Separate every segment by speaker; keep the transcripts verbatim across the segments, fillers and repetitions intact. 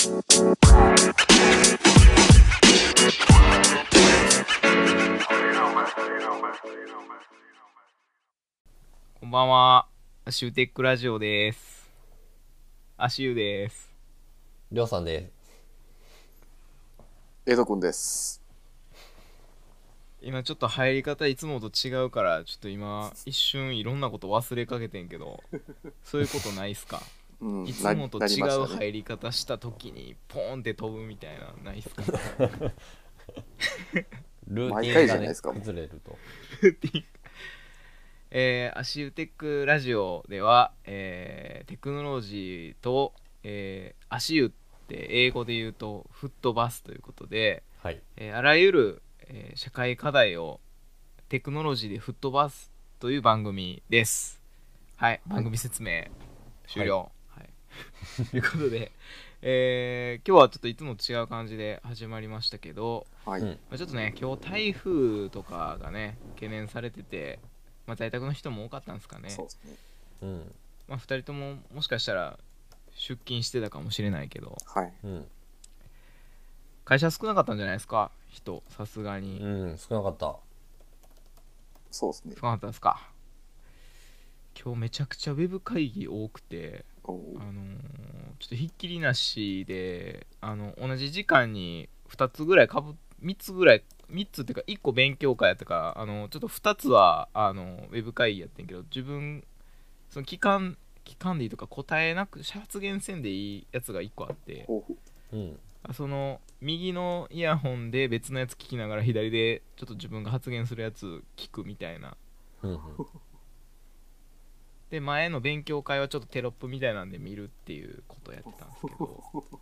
Speaker 1: こんばんは、アシューテックラジオです。アシューです。
Speaker 2: りょうさんです。
Speaker 3: エドくんです。
Speaker 1: 今ちょっと入り方いつもと違うから、ちょっと今一瞬いろんなこと忘れかけてんけど、そういうことないっすか？うん、いつもと違う入り方した時にポーンって飛ぶみたいなないっすか？
Speaker 2: ルーティンがね崩れると。
Speaker 1: えー、アシューテックラジオでは、えー、テクノロジーと、えー、アシューって英語で言うと吹っ飛ばすということで、
Speaker 2: はい、
Speaker 1: えー、あらゆる、えー、社会課題をテクノロジーで吹っ飛ばすという番組です。はい、番組説明終了。はいはい、ということで、えー、今日はちょっといつもと違う感じで始まりましたけど、はい、まあ、ちょっとね今日台風とかがね懸念されてて、まあ、在宅の人も多かったんですかね。
Speaker 3: そうですね。
Speaker 1: うん。まあ、ふたりとももしかしたら出勤してたかもしれないけど、
Speaker 3: はい。
Speaker 2: うん、
Speaker 1: 会社少なかったんじゃないですか、人、さすがに。
Speaker 2: うん、少なかった。
Speaker 3: そうですね。
Speaker 1: 少なかったですか。今日めちゃくちゃウェブ会議多くて、あのー、ちょっとひっきりなしで、あの同じ時間にふたつぐらいかぶ、みっつぐらい、みっつっていうかいっこ勉強会やったから、あのちょっとふたつはあのウェブ会議やってんけど、自分その期間期間でいいとか答えなく発言せんでいいやつがいっこあって、
Speaker 2: うん、
Speaker 1: その右のイヤホンで別のやつ聞きながら左でちょっと自分が発言するやつ聞くみたいな、
Speaker 2: うんうん、
Speaker 1: で前の勉強会はちょっとテロップみたいなんで見るっていうことをやってたんですけど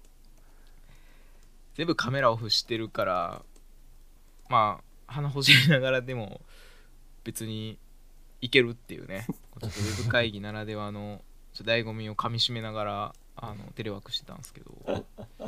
Speaker 1: 全部カメラオフしてるから、まあ鼻ほじりながらでも別にいけるっていうね、ちょっとウェブ会議ならではのちょっと醍醐味をかみしめながらあのテレワークしてたんですけど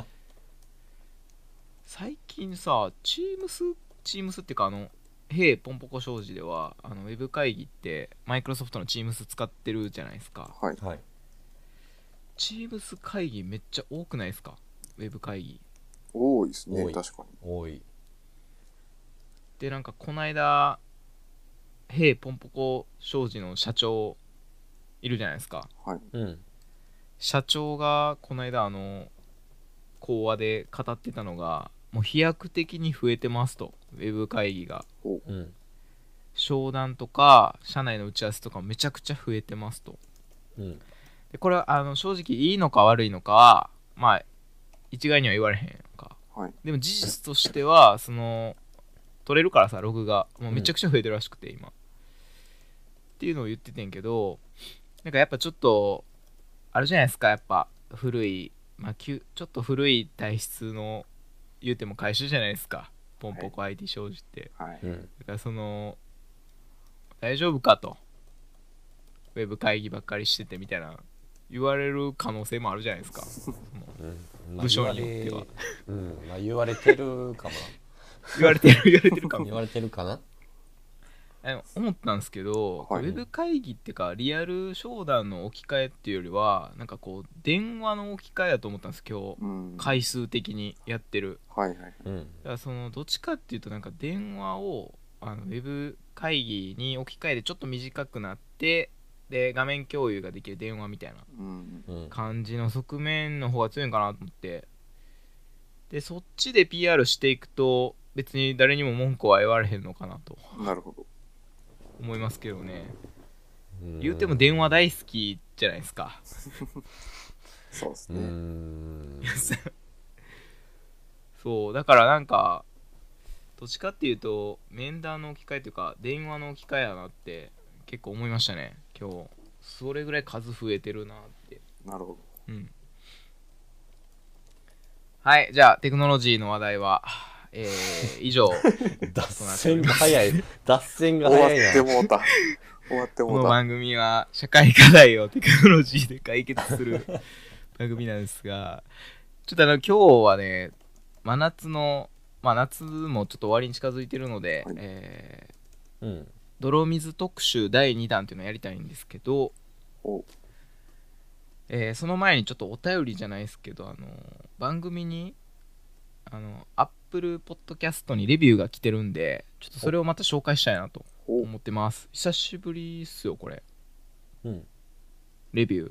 Speaker 1: 最近さ、チームスチームスっていうか、あのへいポンポコ商事ではあのウェブ会議ってマイクロソフトのチームス使ってるじゃないですか。
Speaker 3: はい。
Speaker 1: チームス会議めっちゃ多くないですか？ウェブ会議
Speaker 3: 多いですね。確かに
Speaker 2: 多い。
Speaker 1: で、なんかこの間へいポンポコ商事の社長いるじゃないですか。
Speaker 3: はい。
Speaker 2: うん。
Speaker 1: 社長がこの間あの講話で語ってたのが、もう飛躍的に増えてますと、ウェブ会議が。
Speaker 2: うん。
Speaker 1: 商談とか社内の打ち合わせとかめちゃくちゃ増えてますと。
Speaker 2: うん。
Speaker 1: でこれはあの正直いいのか悪いのかはまあ一概には言われへんやんか。
Speaker 3: はい。
Speaker 1: でも事実としてはその取れるからさ、ログがもうめちゃくちゃ増えてるらしくて、今っていうのを言っててんけど、なんかやっぱちょっとあるじゃないですか、やっぱ古い、まあ、ちょっと古い体質の言うても会社じゃないですか、ポンポコ アイティー 商事って、
Speaker 3: はい、
Speaker 1: だからその大丈夫かと、ウェブ会議ばっかりしててみたいな言われる可能性もあるじゃないですか、その、うんまあ、部署によっては、
Speaker 2: うんまあ、言われてるかもな
Speaker 1: 言われてる言われてるかも
Speaker 2: 言われてるかな。
Speaker 1: 思ったんですけど、
Speaker 3: はい、
Speaker 1: ウェブ会議ってかリアル商談の置き換えっていうよりはなんかこう電話の置き換えだと思ったんです今日、うん、回数的にやってる、
Speaker 3: はいはい、
Speaker 1: うん、だからそのどっちかっていうとなんか電話をあのウェブ会議に置き換えてちょっと短くなってで画面共有ができる電話みたいな感じの側面の方が強いんかなと思って、でそっちで ピーアール していくと別に誰にも文句は言われへんのかなと。
Speaker 3: なるほど
Speaker 1: 思いますけどね。言うても電話大好きじゃないですか
Speaker 3: そうですね。うーん
Speaker 1: そうだからなんかどっちかっていうと面談の置き換えというか電話の置き換えやなって結構思いましたね今日。それぐらい数増えてるなって。
Speaker 3: なるほど。
Speaker 1: うん。はい、じゃあテクノロジーの話題はえー、以上
Speaker 2: 脱線が早い脱線が早いな。
Speaker 3: 終わってもうた終わってもうた。
Speaker 1: この番組は社会課題をテクノロジーで解決する番組なんですが、ちょっとあの今日はね真夏のまあ夏もちょっと終わりに近づいてるので、はい、えーうん、泥水特集だいにだんっていうのをやりたいんですけど、えー、その前にちょっとお便りじゃないですけど、あの番組にあの Apple Podcast にレビューが来てるんで、ちょっとそれをまた紹介したいなと思ってます。久しぶりっすよこれ。
Speaker 2: うん
Speaker 1: レビュー、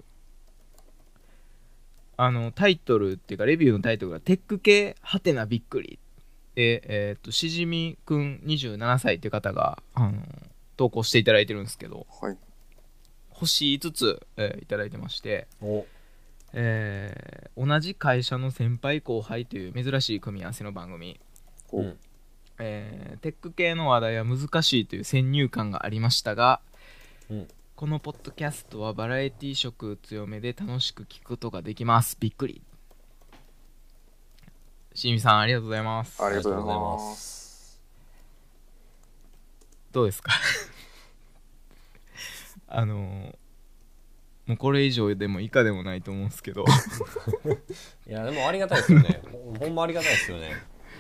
Speaker 1: あのタイトルっていうかレビューのタイトルがテック系はてなびっくりで、えっ、としじみくんにじゅうななさいっていう方があの投稿していただいてるんですけど、
Speaker 3: はい。
Speaker 1: 星いつつ、えーいただいてまして、
Speaker 2: お
Speaker 1: えー同じ会社の先輩後輩という珍しい組み合わせの番組、
Speaker 3: お
Speaker 2: うん
Speaker 1: えーテック系の話題は難しいという先入観がありましたが、
Speaker 2: うん
Speaker 1: このポッドキャストはバラエティ色強めで楽しく聞くことができます。びっくり。しみさんありがとうございます。
Speaker 3: ありがとうござい
Speaker 2: ありがとうござい
Speaker 3: ま。
Speaker 2: ます
Speaker 1: どうですかあのーもうこれ以上でも以下でもないと思うんですけど
Speaker 2: いやでもありがたいですよねほほんまありがたいですよね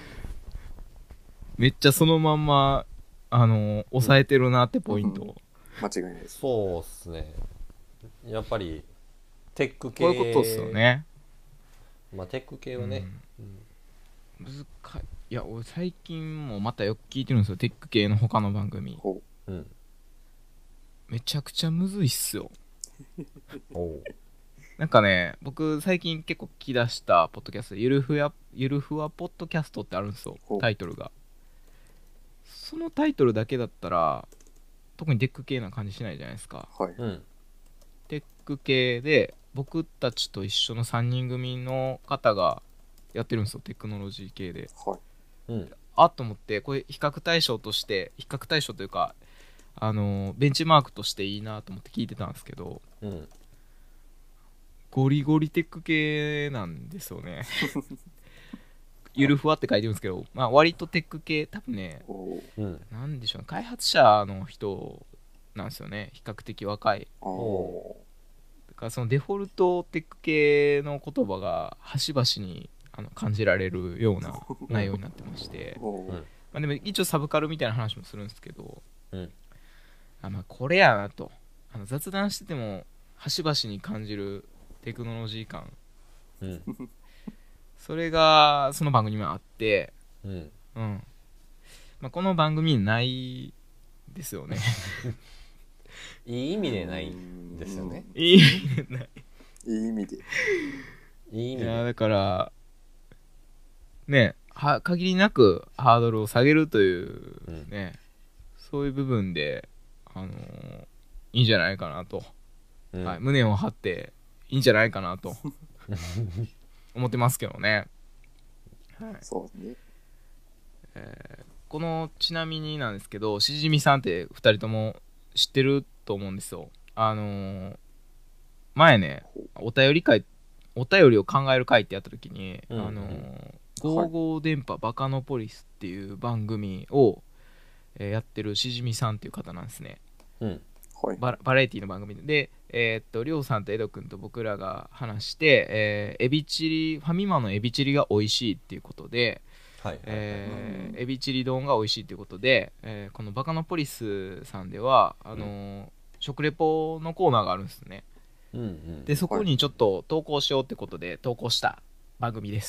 Speaker 1: めっちゃそのまんまあのー抑えてるなってポイント、
Speaker 3: うん間違いないです。
Speaker 2: そうっすねやっぱりテック系
Speaker 1: こういうことですよね。
Speaker 2: まあテック系はね、うん
Speaker 1: 難かいや俺最近もまたよく聞いてるんですよ、テック系の他の番組。
Speaker 3: ほ
Speaker 2: うん
Speaker 1: めちゃくちゃむずいっすよ。
Speaker 2: おう
Speaker 1: なんかね、僕最近結構聞き出したポッドキャストでゆるふやゆるふわポッドキャストってあるんですよ、
Speaker 3: ほう
Speaker 1: タイトルが。そのタイトルだけだったら特にテック系な感じしないじゃないですか。
Speaker 3: う。はい。
Speaker 2: うん
Speaker 1: テック系で僕たちと一緒のさんにん組の方がやってるんですよ、テクノロジー系で。
Speaker 3: はい。
Speaker 2: うん
Speaker 1: あっと思って、これ比較対象として比較対象というかあのベンチマークとしていいなと思って聞いてたんですけど、
Speaker 2: うん
Speaker 1: ゴリゴリテック系なんですよねゆるふわって書いてるんですけど、まあ、割とテック系、多分ね、
Speaker 3: おー
Speaker 2: うん
Speaker 1: なんでしょうね、開発者の人なんですよね、比較的若い。
Speaker 3: あー
Speaker 2: お
Speaker 1: だからそのデフォルトテック系の言葉が端々にあの感じられるような内容になってまして
Speaker 3: おー
Speaker 2: うん
Speaker 1: まあ、でも一応サブカルみたいな話もするんですけど、
Speaker 2: うん
Speaker 1: あ、まあ、これやなと、あの雑談してても端々に感じるテクノロジー感、
Speaker 2: うん
Speaker 1: それがその番組にあって、
Speaker 2: うん
Speaker 1: うんまあ、この番組にないですよね
Speaker 2: いい意味でないんですよね。
Speaker 1: いい意味でない。
Speaker 3: いい意味で。
Speaker 1: い
Speaker 2: いい意味で
Speaker 1: やだからね、は限りなくハードルを下げるという
Speaker 2: うん
Speaker 1: ね、そういう部分で、あのーいいんじゃないかなと、
Speaker 2: うん
Speaker 1: はい、胸を張っていいんじゃないかなと思ってますけどね、はい
Speaker 3: そうね。
Speaker 1: えーこのちなみになんですけど、しじみさんってふたりとも知ってると思うんですよ。あのー前ね、お便り会お便りを考える会ってやった時に、
Speaker 2: うんうん
Speaker 1: あのーゴーゴー電波バカノポリスっていう番組を、えーやってるしじみさんっていう方なんですね。
Speaker 2: うん
Speaker 3: はい。
Speaker 1: バラバラエティの番組でで、えーっとりょうさんとエド君と僕らが話して、えーエビチリファミマのエビチリが美味しいっていうことで、
Speaker 2: はいはい
Speaker 1: えー
Speaker 3: うん
Speaker 1: エビチリ丼が美味しいということで、えーこのバカノポリスさんではあのー食レポのコーナーがあるんですね。
Speaker 2: うんうん
Speaker 1: でそこにちょっと投稿しようってことで投稿した番組です。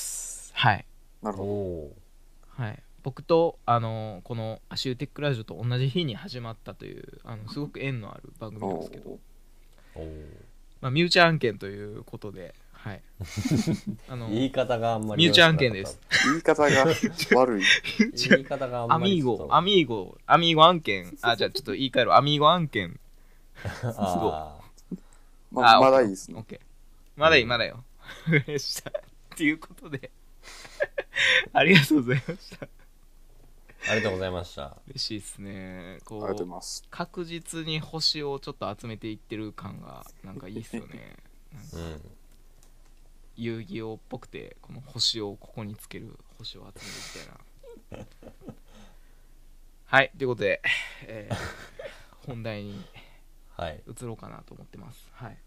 Speaker 1: はい
Speaker 3: なるほ
Speaker 2: おー
Speaker 1: はい、僕と、あのーこのアシューテックラジオと同じ日に始まったというあのすごく縁のある番組なんですけど、
Speaker 2: おー
Speaker 1: まあ、身内案件ということで、はいあの
Speaker 2: 言い方があんまり
Speaker 1: 身内案件です。
Speaker 3: ど。言い方が悪い。
Speaker 2: 言い方があん
Speaker 1: ア
Speaker 2: まり
Speaker 1: ミーゴアミーゴアミーゴ案件あじゃあちょっと言い換えろアミーゴ案件
Speaker 2: あ
Speaker 3: まあ、まだ
Speaker 1: オッケー
Speaker 3: いいですね。
Speaker 1: オッケーまだいい
Speaker 2: うん
Speaker 1: まだよわかりましたっていうことでありがとうございました。
Speaker 2: ーありがとうございました。
Speaker 1: 嬉しいですね。こ
Speaker 3: ありがとうござ
Speaker 1: う
Speaker 3: います。
Speaker 1: 確実に星をちょっと集めていってる感がなんかいいっすよね。なんか
Speaker 2: うん
Speaker 1: 遊戯王っぽくてこの星をここにつける星を集めるみたいなはいということで、えー本題に
Speaker 2: はい
Speaker 1: 移ろうかなと思ってます。はい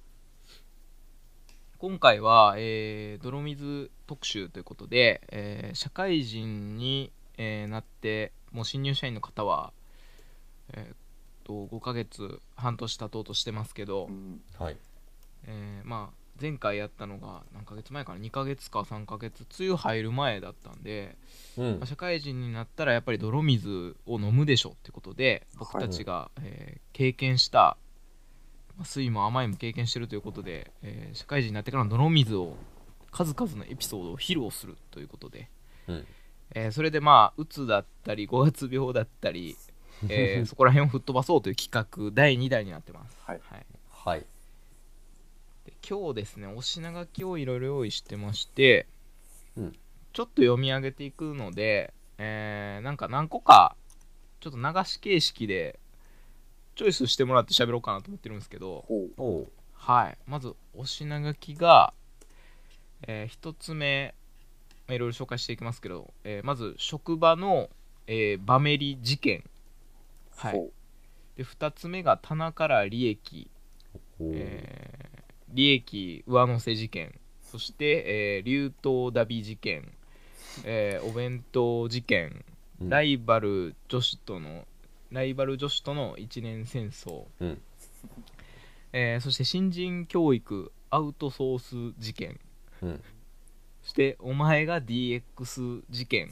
Speaker 1: 今回は、えー泥水特集ということで、えー社会人に、えーなってもう新入社員の方は、えーっとごかげつはん年経とうとしてますけど、
Speaker 3: うん。
Speaker 2: はい
Speaker 1: えーまあ前回やったのが何ヶ月前かな、にかげつかさんかげつ、梅雨入る前だったんで、
Speaker 2: うん
Speaker 1: まあ、社会人になったらやっぱり泥水を飲むでしょってことで、僕たちが、えー経験した、まあ酸いも甘いも経験してるということで、えー社会人になってからの泥水を数々のエピソードを披露するということで、
Speaker 2: うん
Speaker 1: えーそれでまあうつだったりごがつ病だったり、えーそこら辺を吹っ飛ばそうという企画だいにだいになってます。
Speaker 3: はい
Speaker 1: はい、
Speaker 2: はい
Speaker 1: で今日ですね、お品書きをいろいろ用意してまして、
Speaker 2: うん
Speaker 1: ちょっと読み上げていくので、えーなんか何個かちょっと流し形式でチョイスしてもらって喋ろうかなと思ってるんですけど、
Speaker 3: ほう
Speaker 2: おう
Speaker 1: はい、まずお品書きが、えー、ひとつめ、まあいろいろ紹介していきますけど、えーまず職場の、えーバメリ事件、はい、
Speaker 3: ほ
Speaker 1: でふたつめが棚から利益、
Speaker 2: おう
Speaker 1: えー利益上乗せ事件、そして、えー、流頭ダビ事件、えーお弁当事件、
Speaker 2: うん
Speaker 1: ライバル女子とのライバル女子との一年戦争、
Speaker 2: うん
Speaker 1: えーそして新人教育アウトソース事件、
Speaker 2: うん
Speaker 1: そしてお前が ディーエックス 事件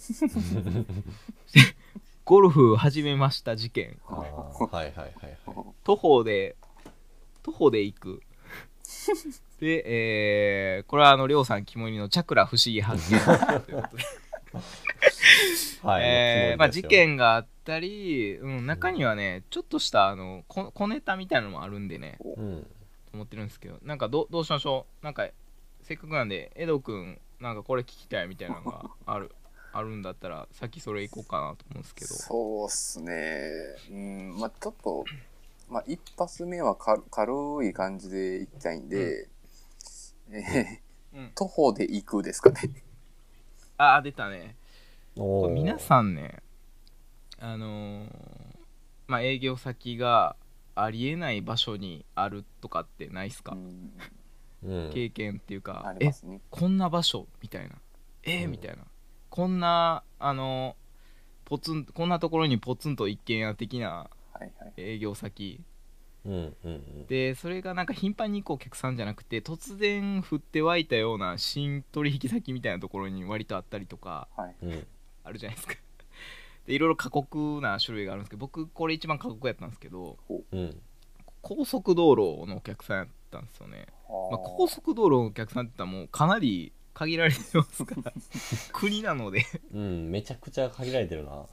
Speaker 1: ゴルフ始めました事件、
Speaker 2: あーはいはいはいはい
Speaker 1: 徒歩で徒歩で行くで、えーこれはあのりょうさん肝入りのチャクラ不思議発見ということで、
Speaker 2: はい
Speaker 1: えーまあ、事
Speaker 2: もう肝入りですよ
Speaker 1: 件があったり、うん、中にはねちょっとしたあの小小ネタみたいなのもあるんでね
Speaker 2: うん
Speaker 1: と思ってるんですけど、なんかどどうしましょう、なんかせっかくなんでエドくんなんかこれ聞きたいみたいなのがあるあるんだったら先それ行こうかなと思うんですけど。
Speaker 3: そうっすね。うん、まあちょっと、まあ一発目はか軽い感じでいきたいんで、えー
Speaker 1: うん、
Speaker 3: 徒歩で行くですかね。
Speaker 1: あー出たね。
Speaker 2: おー
Speaker 1: これ皆さんね、あのーまあ営業先がありえない場所にあるとかってないっすか、
Speaker 3: うん、
Speaker 2: うん
Speaker 1: 経験っていうか
Speaker 3: あ、り
Speaker 1: え
Speaker 3: ますね。
Speaker 1: こんな場所みたいな、えー
Speaker 2: うん
Speaker 1: みたいな、こんなあのポツンこんなところにポツンと一軒家的な
Speaker 3: はいはい。
Speaker 1: 営業先
Speaker 2: うんうんうん
Speaker 1: で、それがなんか頻繁に行くお客さんじゃなくて突然降って湧いたような新取引先みたいなところに割とあったりとか
Speaker 3: はい。
Speaker 2: うん
Speaker 1: あるじゃないですかでいろいろ過酷な種類があるんですけど、僕これ一番過酷やったんですけど、
Speaker 2: うん
Speaker 1: 高速道路のお客さんやったんですよね。まあ、高速道路のお客さんって言ったらもうかなり限られてますから国なので
Speaker 2: うんめちゃくちゃ限られてるな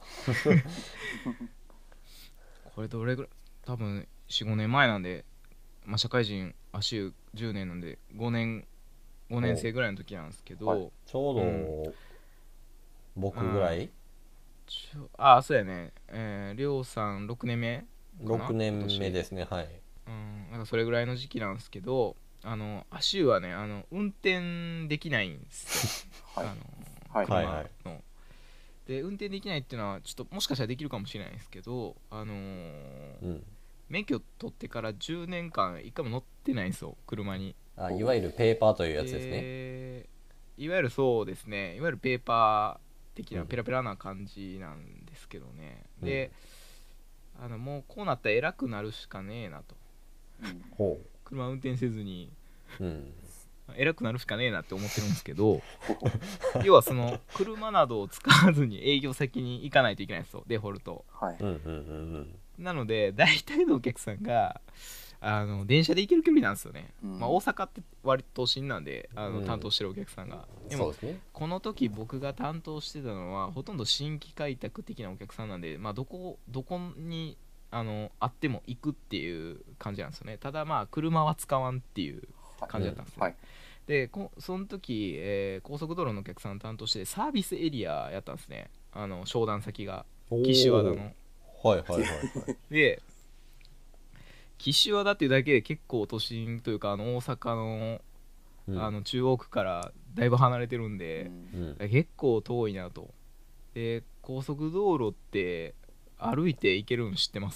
Speaker 1: これどれぐらい、多分よん、ごねんまえなんで、まあ、社会人足湯じゅうねんなんでごねんごねん生ぐらいの時なんですけど、
Speaker 3: はい
Speaker 2: ちょうど、
Speaker 1: う
Speaker 2: 僕ぐらい、
Speaker 1: ちょああそうやね、えー、りょうさんろくねんめかな、
Speaker 2: ろくねんめですねはい
Speaker 1: うん、なんかそれぐらいの時期なんですけど、あの足湯はねあの運転できないんですよ
Speaker 3: はい
Speaker 1: あの
Speaker 3: はい
Speaker 1: 車の、
Speaker 2: はいはい
Speaker 1: で運転できないっていうのはちょっともしかしたらできるかもしれないですけど、あのー
Speaker 2: うん
Speaker 1: 免許取ってからじゅうねんかんいっかいも乗ってないんですよ車に。
Speaker 2: あいわゆるペーパーというやつですね
Speaker 1: でいわゆるそうですね、いわゆるペーパー的
Speaker 2: う
Speaker 1: なんペラペラな感じなんですけどね、であのもうこうなったら偉くなるしかねえなと、
Speaker 3: うん
Speaker 2: ほ
Speaker 1: 車運転せずに
Speaker 2: ううん
Speaker 1: 偉くなるしかねえなって思ってるんですけど要はその車などを使わずに営業先に行かないといけないんですよデフォルト
Speaker 3: はい。
Speaker 2: うんうんうん
Speaker 1: なので大体のお客さんがあの電車で行ける距離なんですよね、
Speaker 3: うん
Speaker 1: まあ、大阪って割と都心なんであの、
Speaker 2: うん
Speaker 1: 担当してるお客さんが
Speaker 2: うん
Speaker 1: でも
Speaker 2: そうですね
Speaker 1: この時僕が担当してたのはほとんど新規開拓的なお客さんなんで、まあ、どこどこにあのあっても行くっていう感じなんですよね。ただまあ車は使わんっていう感じだったんですね、
Speaker 3: はい。
Speaker 1: でこその時、えー高速道路のお客さん担当してサービスエリアやったんですね、あの商談先が岸和田の。
Speaker 2: はいはいはいはい
Speaker 1: で岸和田っていうだけで結構都心というかあの大阪の、
Speaker 2: うん
Speaker 1: あの中央区からだいぶ離れてるんで、
Speaker 2: うん
Speaker 1: 結構遠いなと。で高速道路って歩いて行けるの知ってます？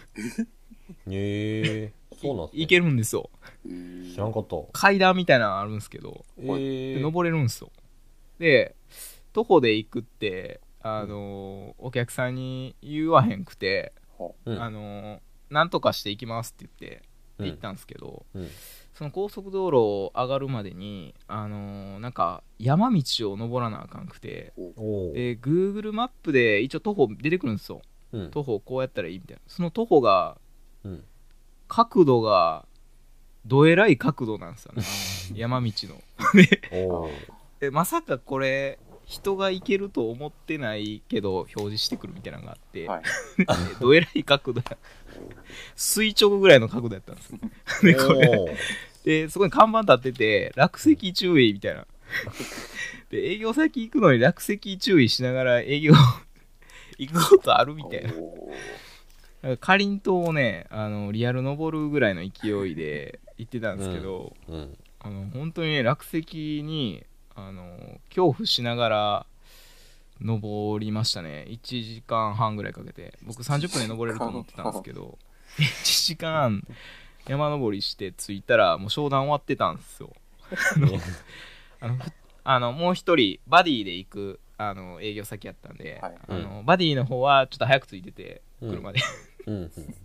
Speaker 2: へえそうなんすね
Speaker 1: 行けるんですよ。
Speaker 2: 知らんかった
Speaker 1: 階段みたいなのあるんですけど、
Speaker 2: えー、
Speaker 1: で登れるんですよ。で徒歩で行くってあのーお客さんに言わへんくて、
Speaker 3: ほ
Speaker 2: うん
Speaker 1: あのーなんとかして行きますって言って
Speaker 2: うん
Speaker 1: 行ったんですけど、
Speaker 2: うん
Speaker 1: その高速道路を上がるまでにあのーなんか山道を登らなあかんくて、
Speaker 2: おー
Speaker 1: で Google マップで一応徒歩出てくるんですよ。
Speaker 2: うん
Speaker 1: 徒歩こうやったらいいみたいな。その徒歩が
Speaker 2: うん
Speaker 1: 角度がどえらい角度なんですよね、あの山道の。
Speaker 2: おー
Speaker 1: でまさかこれ人が行けると思ってないけど表示してくるみたいなのがあって、
Speaker 3: はい。
Speaker 1: どえらい角度や垂直ぐらいの角度やったんですよ。でこれ
Speaker 2: おー
Speaker 1: でそこに看板立ってて落石注意みたいな。で営業先行くのに落石注意しながら営業行くことあるみたいな。
Speaker 3: お
Speaker 1: なんかかりんとうをねあのリアル登るぐらいの勢いで行ってたんですけど、
Speaker 2: うん
Speaker 1: あの本当にね落石にあの恐怖しながら登りましたね。いちじかんはんぐらいかけて。僕さんじゅっぷんで登れると思ってたんですけどいちじかんはん山登りして着いたらもう商談終わってたんですよ。あのあのふあのもう一人バディで行くあの営業先やったんで、
Speaker 3: はい
Speaker 1: あのバディの方はちょっと早く着いてて
Speaker 2: うん
Speaker 1: 車で、
Speaker 2: うんうん
Speaker 1: で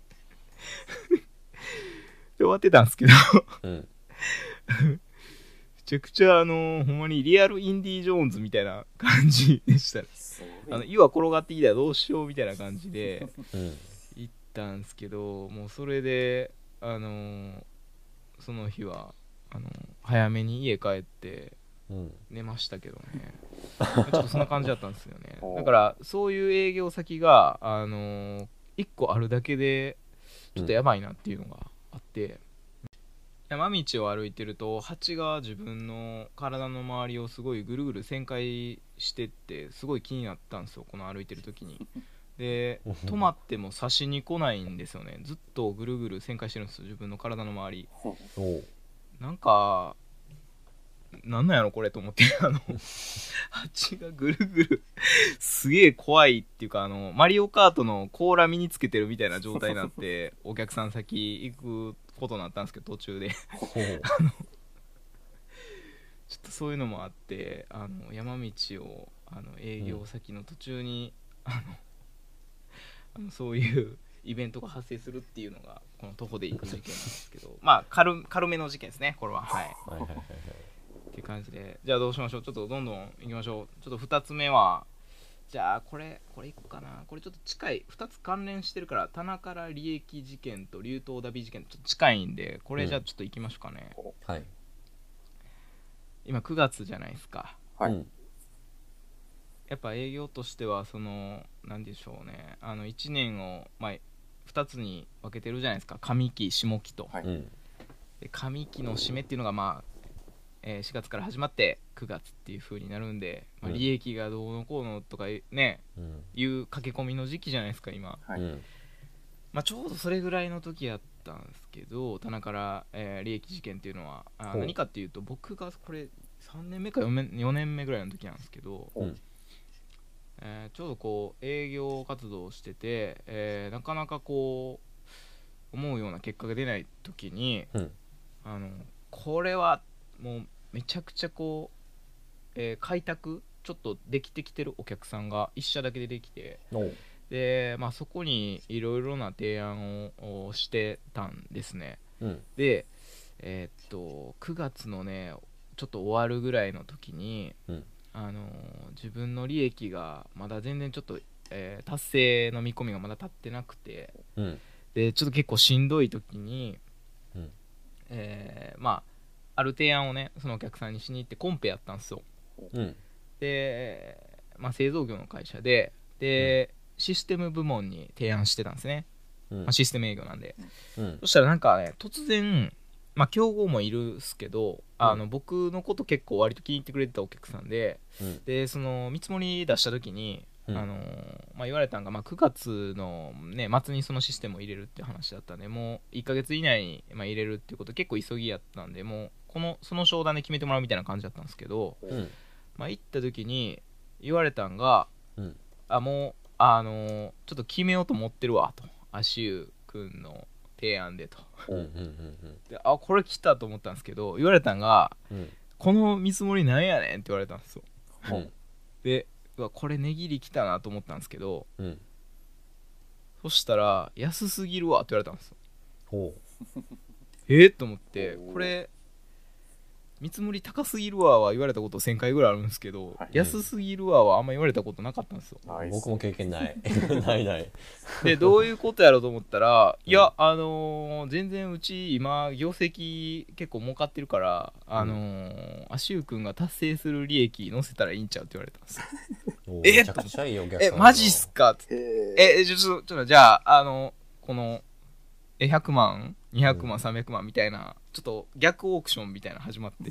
Speaker 1: 終わってたんですけど
Speaker 2: うん
Speaker 1: めちゃくちゃあのほんまにリアルインディ・ジョーンズみたいな感じでしたね。
Speaker 3: すごい。
Speaker 1: あの岩転がってきたらどうしようみたいな感じで
Speaker 2: うん
Speaker 1: 行ったんですけど、もうそれであのその日はあの早めに家帰って
Speaker 2: うん
Speaker 1: 寝ましたけどねちょっとそんな感じだったんですよね。
Speaker 3: おー
Speaker 1: だからそういう営業先があのいっこあるだけでちょっとやばいなっていうのがあって、山道を歩いてると蜂が自分の体の周りをすごいぐるぐる旋回してってすごい気になったんですよ、この歩いてる時に。で止まっても刺しに来ないんですよね。ずっとぐるぐる旋回してるんですよ、自分の体の周り。
Speaker 2: おー
Speaker 1: なんかなんなんやろこれと思ってあの蜂がぐるぐるすげえ怖いっていうか、あのマリオカートの甲羅身につけてるみたいな状態になってお客さん先行くことになったんですけど、途中でちょ
Speaker 2: おー
Speaker 1: っとそういうのもあって、あの山道をあの営業先の途中に、あのあのそういうイベントが発生するっていうのがこの徒歩で行く事件なんですけどまあ軽軽めの事件ですねこれは。はい
Speaker 2: はいはいはいはい
Speaker 1: っていう感じで、じゃあどうしましょう。ちょっとどんどんいきましょう。ちょっとふたつめはじゃあこれこれいこうかな。これちょっと近い、ふたつ関連してるから、棚から利益事件と竜頭ダビ事件ちょっと近いんで、これじゃあちょっといきましょうかね。
Speaker 2: はい
Speaker 1: 今くがつじゃないですか。
Speaker 3: はい。
Speaker 2: うん
Speaker 1: やっぱ営業としてはそのなんでしょうね、あのいちねんを、まあ、ふたつに分けてるじゃないですか、上期下期と。
Speaker 3: はい
Speaker 2: うん
Speaker 1: で上期の締めっていうのがまあえーしがつから始まってくがつっていう風になるんで、まあ、
Speaker 2: うん
Speaker 1: 利益がどうのこうのとかね、
Speaker 2: うん
Speaker 1: いう駆け込みの時期じゃないですか今。
Speaker 3: はい。
Speaker 2: うん
Speaker 1: まあ、ちょうどそれぐらいの時やったんですけど、棚から、えー利益事件っていうのはあ
Speaker 2: ほう
Speaker 1: 何かっていうと、僕がこれさんねんめかよねんよねんめぐらいの時なんですけど、
Speaker 2: うん
Speaker 1: えーちょうどこう営業活動をしてて、えーなかなかこう思うような結果が出ない時に、
Speaker 2: うん
Speaker 1: あのこれはもうめちゃくちゃこう、えー開拓ちょっとできてきてるお客さんが一社だけでできて、
Speaker 2: おー
Speaker 1: で、まあ、そこにいろいろな提案をしてたんですね。
Speaker 2: うん
Speaker 1: でえーっとくがつのねちょっと終わるぐらいの時に、
Speaker 2: うん
Speaker 1: あのー自分の利益がまだ全然ちょっと、えー達成の見込みがまだ立ってなくて、
Speaker 2: うん
Speaker 1: でちょっと結構しんどい時に、
Speaker 2: うん
Speaker 1: えーまあある提案をねそのお客さんにしに行って、コンペやったんですよ。
Speaker 2: うん
Speaker 1: で、まあ、製造業の会社でで、システム部門に提案してたんですね、
Speaker 2: うん
Speaker 1: まあ、システム営業なんで。
Speaker 2: うん
Speaker 1: そしたらなんかね突然、まあ競合もいるっすけど、あの僕のこと結構割と気に入ってくれてたお客さんで、
Speaker 2: うん
Speaker 1: でその見積もり出した時に、
Speaker 2: うん
Speaker 1: あのーまあ、言われたのが、まあ、くがつの、ね、末にそのシステムを入れるっていう話だったんで、もういっかげつ以内に、まあ、入れるっていうこと結構急ぎやったんで、もうこのその商談で決めてもらうみたいな感じだったんですけど、
Speaker 2: うん
Speaker 1: まあ、行った時に言われたんが、
Speaker 2: うん
Speaker 1: あもうあのーちょっと決めようと思ってるわと、足湯くんの提案でと。
Speaker 2: うんうんうん
Speaker 1: であこれ来たと思ったんですけど、言われたんが
Speaker 2: うん
Speaker 1: この見積もりなんやねんって言われたんですよ。
Speaker 2: うん
Speaker 1: でうわこれ値切り来たなと思ったんですけど、
Speaker 2: うん
Speaker 1: そしたら安すぎるわって言われたんですよ。
Speaker 2: ほ
Speaker 1: えー、と思ってこれ見積もり高すぎるわは言われたことせんかいぐらいあるんですけど、はい、安すぎるわはあんま言われたことなかったんですよ。
Speaker 2: 僕も経験ないないない
Speaker 1: でどういうことやろうと思ったら、いやあのー、全然うち今業績結構儲かってるからあのー、足湯くんが達成する利益載せたらいいんちゃうって言われたんですよ。え
Speaker 2: めちゃくちゃいいお客さん
Speaker 1: えマジっすかって。えちょっとちょっとじゃああのこのえひゃくまんにひゃくまん、うん、さんびゃくまんみたいなちょっと逆オークションみたいなの始まって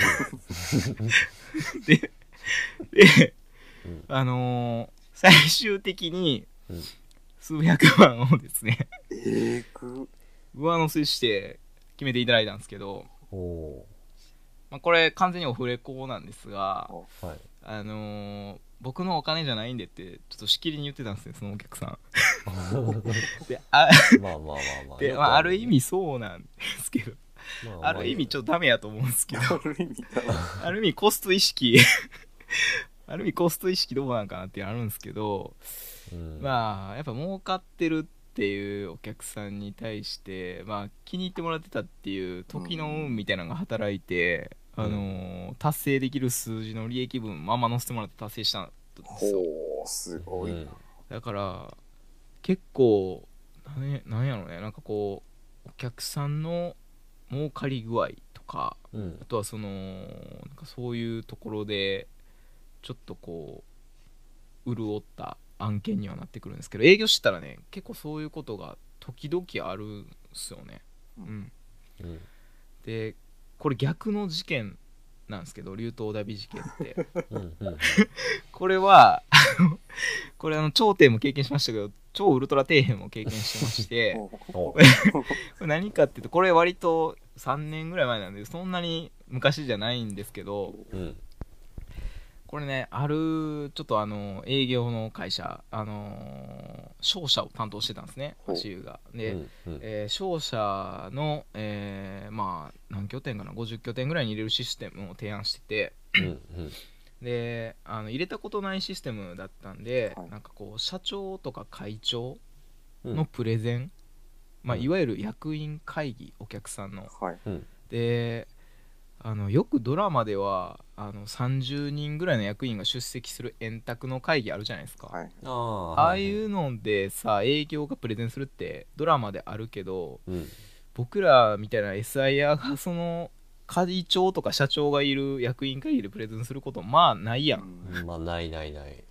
Speaker 1: でで、うん、あのー、最終的に数百万をですね、
Speaker 3: えー、
Speaker 1: 上乗せして決めていただいたんですけど、
Speaker 2: お、
Speaker 1: まあ、これ完全にオフレコなんですが、
Speaker 2: はい、
Speaker 1: あのー、僕のお金じゃないんでってちょっとしきりに言ってたんですよそのお客さんで あ,
Speaker 2: まあまあまあまあ
Speaker 1: で、まあ、ある意味そうなんですけど、まあまあ、ある意味ちょっとダメやと思うんですけどある意味コスト意識ある意味コスト意識どうなんかなっていうのあるんですけど、うん、まあやっぱ儲かってるっていうお客さんに対してまあ気に入ってもらってたっていう時の運みたいなのが働いて、うん、あのー、達成できる数字の利益分まんま載せてもらって達成したんですよ。
Speaker 3: ほーすごいな、うん、
Speaker 1: だから結構なんなんやろね、なんかこうお客さんの儲かり具合とか、うん、あとはそのなんかそういうところでちょっとこう潤った案件にはなってくるんですけど、営業してたらね結構そういうことが時々あるんですよね、うんうん、でこれ逆の事件なんですけど、竜頭ダビ事件ってうん、うん、これはこれあの頂点も経験しましたけど超ウルトラ底辺も経験してましてこれ何かっていうと、これ割とさんねんぐらい前なんでそんなに昔じゃないんですけど、うん、これねあるちょっとあの営業の会社、あのー、商社を担当してたんですね、足湯がで、うんうん、えー、商社の、えー、まあ何拠点かなごじゅっきょてんぐらいに入れるシステムを提案してて、うんうん、であの入れたことないシステムだったんで、はい、なんかこう社長とか会長のプレゼン、うん、まあ、いわゆる役員会議、お客さんの、はい、であのよくドラマではあのさんじゅうにんぐらいの役員が出席する円卓の会議あるじゃないですか、はい、あ, ああいうのでさ営業がプレゼンするってドラマであるけど、うん、僕らみたいな エスアイアール がその会長とか社長がいる役員会議でプレゼンすることまあないやん、
Speaker 2: うん、まあないないない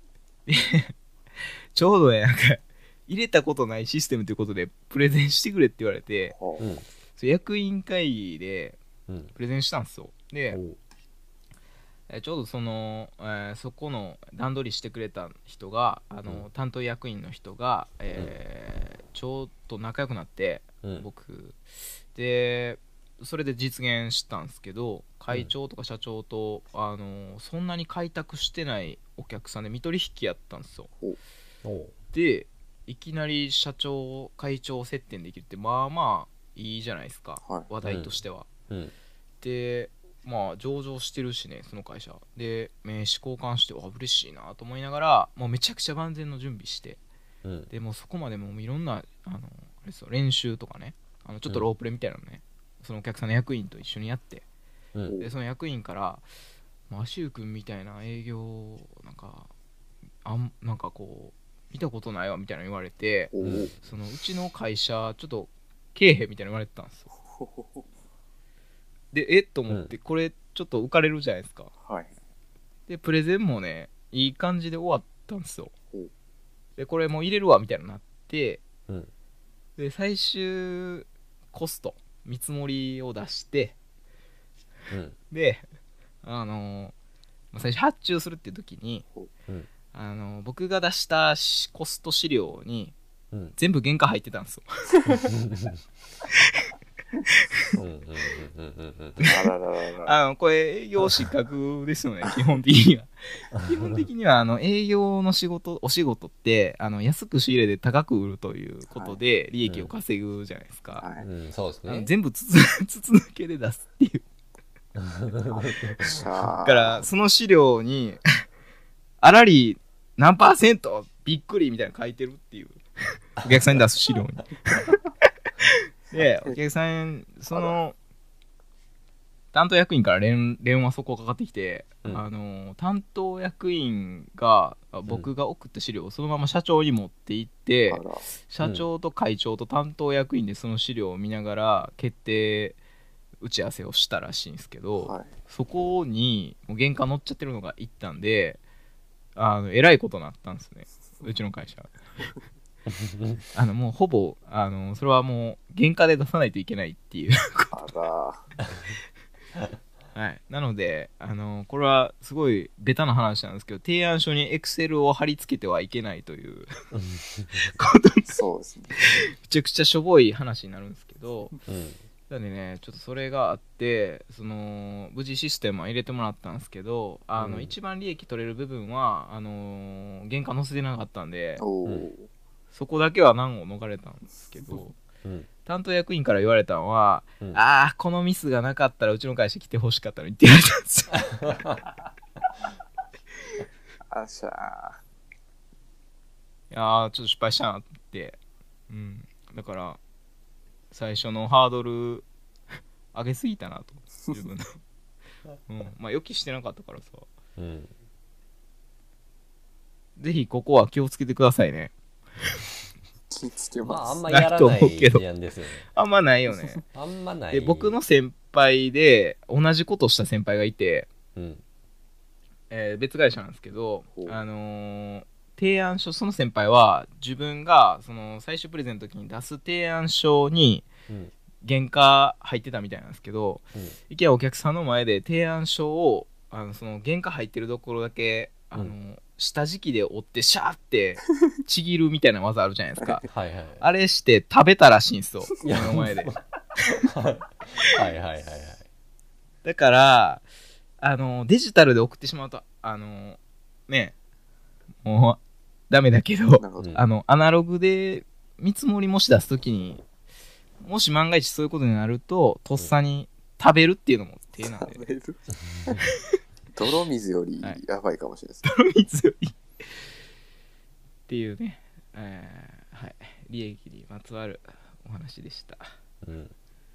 Speaker 1: ちょうどねなんか入れたことないシステムということでプレゼンしてくれって言われて、うん、そ役員会議でプレゼンしたんですよ。で、えちょうどその、えー、そこの段取りしてくれた人があの、うん、担当役員の人が、えーうん、ちょっと仲良くなって、うん、僕でそれで実現したんですけど、会長とか社長と、あのそんなに開拓してないお客さんで見取り引きやったんですよ。でいきなり社長会長接点できるってまあまあいいじゃないですか、はい、話題としては、うんうん、でまあ上場してるしねその会社で名刺交換してわ嬉しいなと思いながらもうめちゃくちゃ万全の準備して、うん、でもうそこまでもういろんなあのあれですよ練習とかねあのちょっとロープレみたいなのね、うん、そのお客さんの役員と一緒にやって、うん、でその役員から足湯くんみたいな営業なんかあんなんかこう見たことないわみたいなの言われて、うん、そのうちの会社ちょっとけえへんみたいな言われてたんですよでえっと思って、うん、これちょっと浮かれるじゃないですか、はい、でプレゼンもねいい感じで終わったんですよ、うん、でこれもう入れるわみたいになって、うん、で最終コスト見積もりを出して、うん、であのー、最初発注するっていう時に、うんあの僕が出したコスト資料に、うん、全部原価入ってたんですよあのこれ営業資格ですよね基本的には基本的にはあの営業の仕事お仕事ってあの安く仕入れて高く売るということで利益を稼ぐじゃないですか、はいうん、そうですね、全部筒抜けで出すっていうだからその資料にあらり何パーセントびっくりみたいなの書いてるっていうお客さんに出す資料にでお客さんその担当役員から連連話そこかかってきて、うん、あの担当役員が僕が送った資料をそのまま社長に持って行って、うん、社長と会長と担当役員でその資料を見ながら決定打ち合わせをしたらしいんですけど、はい、そこにもう原価乗っちゃってるのがいったんで、あのえらいことになったんですね、うちの会社あのもうほぼあのそれはもう原価で出さないといけないっていう
Speaker 3: あら
Speaker 1: はい、なのであのこれはすごいベタな話なんですけど、提案書にエクセルを貼り付けてはいけないということ
Speaker 3: そうですね、
Speaker 1: めちゃくちゃしょぼい話になるんですけど、
Speaker 2: うん、
Speaker 1: なのでねちょっとそれがあってその無事システムは入れてもらったんですけど、あの、うん、一番利益取れる部分はあの原価載せてなかったんで、うん、そこだけは難を逃れたんですけど、うん、担当役員から言われたのは、うん、ああこのミスがなかったらうちの会社来てほしかったのにって言われたんですよ
Speaker 3: あしゃ
Speaker 1: ーいやーちょっと失敗したなって、うん、だから最初のハードル上げすぎたなと自分の、うん、まあ予期してなかったからさ、うん、ぜひここは気をつけてくださいね
Speaker 3: 気つけます。
Speaker 2: まああんまやらない事案ですよね。
Speaker 1: あんまないよね。
Speaker 2: あんまない。
Speaker 1: で僕の先輩で同じことをした先輩がいて、うんえー、別会社なんですけど、あのー、提案書その先輩は自分がその最終プレゼンの時に出す提案書に原価入ってたみたいなんですけど、うん、いきなりお客さんの前で提案書をあのその原価入ってるところだけあのーうん下敷きで折ってシャーってちぎるみたいな技あるじゃないですか
Speaker 2: はい、はい、
Speaker 1: あれして食べたらしいんですよ目の前で
Speaker 2: はいはいはいはい
Speaker 1: だからあのデジタルで送ってしまうとあのねもうダメだけどあのアナログで見積もりもし出すときにもし万が一そういうことになるととっさに食べるっていうのも手なんで、ね、食べる
Speaker 3: 泥水よりやばいかもしれないです、
Speaker 1: ね、泥水よりっていうね、えー、はい利益にまつわるお話でした、うんはい、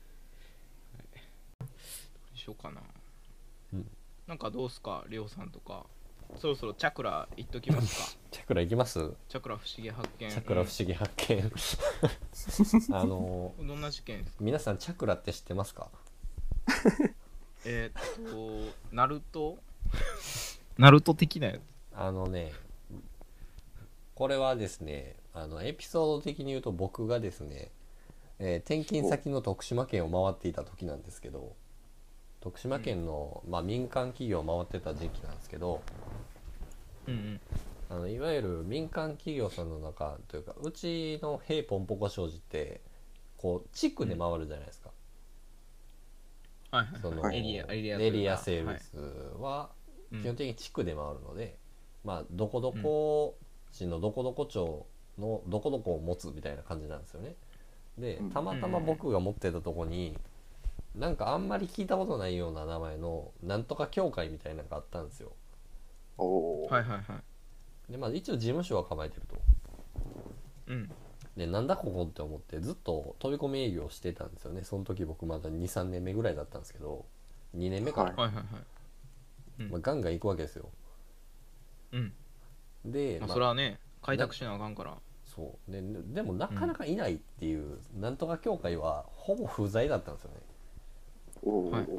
Speaker 1: どうしようかな、うん、なんかどうすかりょうさんとかそろそろチャクラいっときますか
Speaker 2: チャクラいきます
Speaker 1: チャクラ不思議発見
Speaker 2: チャクラ不思議発見あの
Speaker 1: ー、どんな事件ですか
Speaker 2: 皆さんチャクラって知ってますか
Speaker 1: えっとナルトナルト的なやつ
Speaker 2: あのねこれはですねあのエピソード的に言うと僕がですね、えー、転勤先の徳島県を回っていた時なんですけど徳島県の、まあ、民間企業を回ってた時期なんですけど、うんうん、あのいわゆる民間企業さんの中というかうちのヘイポンポコ商事ってこう地区で回るじゃないですか、
Speaker 1: うんはいはいはい、そのエリア、エリア、
Speaker 2: エリアセールスは基本的に地区で回るので、うん、まあどこどこ市のどこどこ町のどこどこを持つみたいな感じなんですよね。でたまたま僕が持ってたとこになんかあんまり聞いたことないような名前のなんとか協会みたいなのがあったんですよ。
Speaker 3: お
Speaker 1: はいはいはい
Speaker 2: でまあ一応事務所は構えてると。うんでなんだここって思ってずっと飛び込み営業してたんですよね。その時僕まだ にさんねんめぐらいだったんですけどにねんめかな、はいはいはいうんまあ、ガンガン行くわけですよ。
Speaker 1: うん
Speaker 2: で、
Speaker 1: まあ、それはね開拓しなあかんから
Speaker 2: そうででもなかなかいないっていう、うん、なんとか協会はほぼ不在だったんですよね。
Speaker 3: お、はい、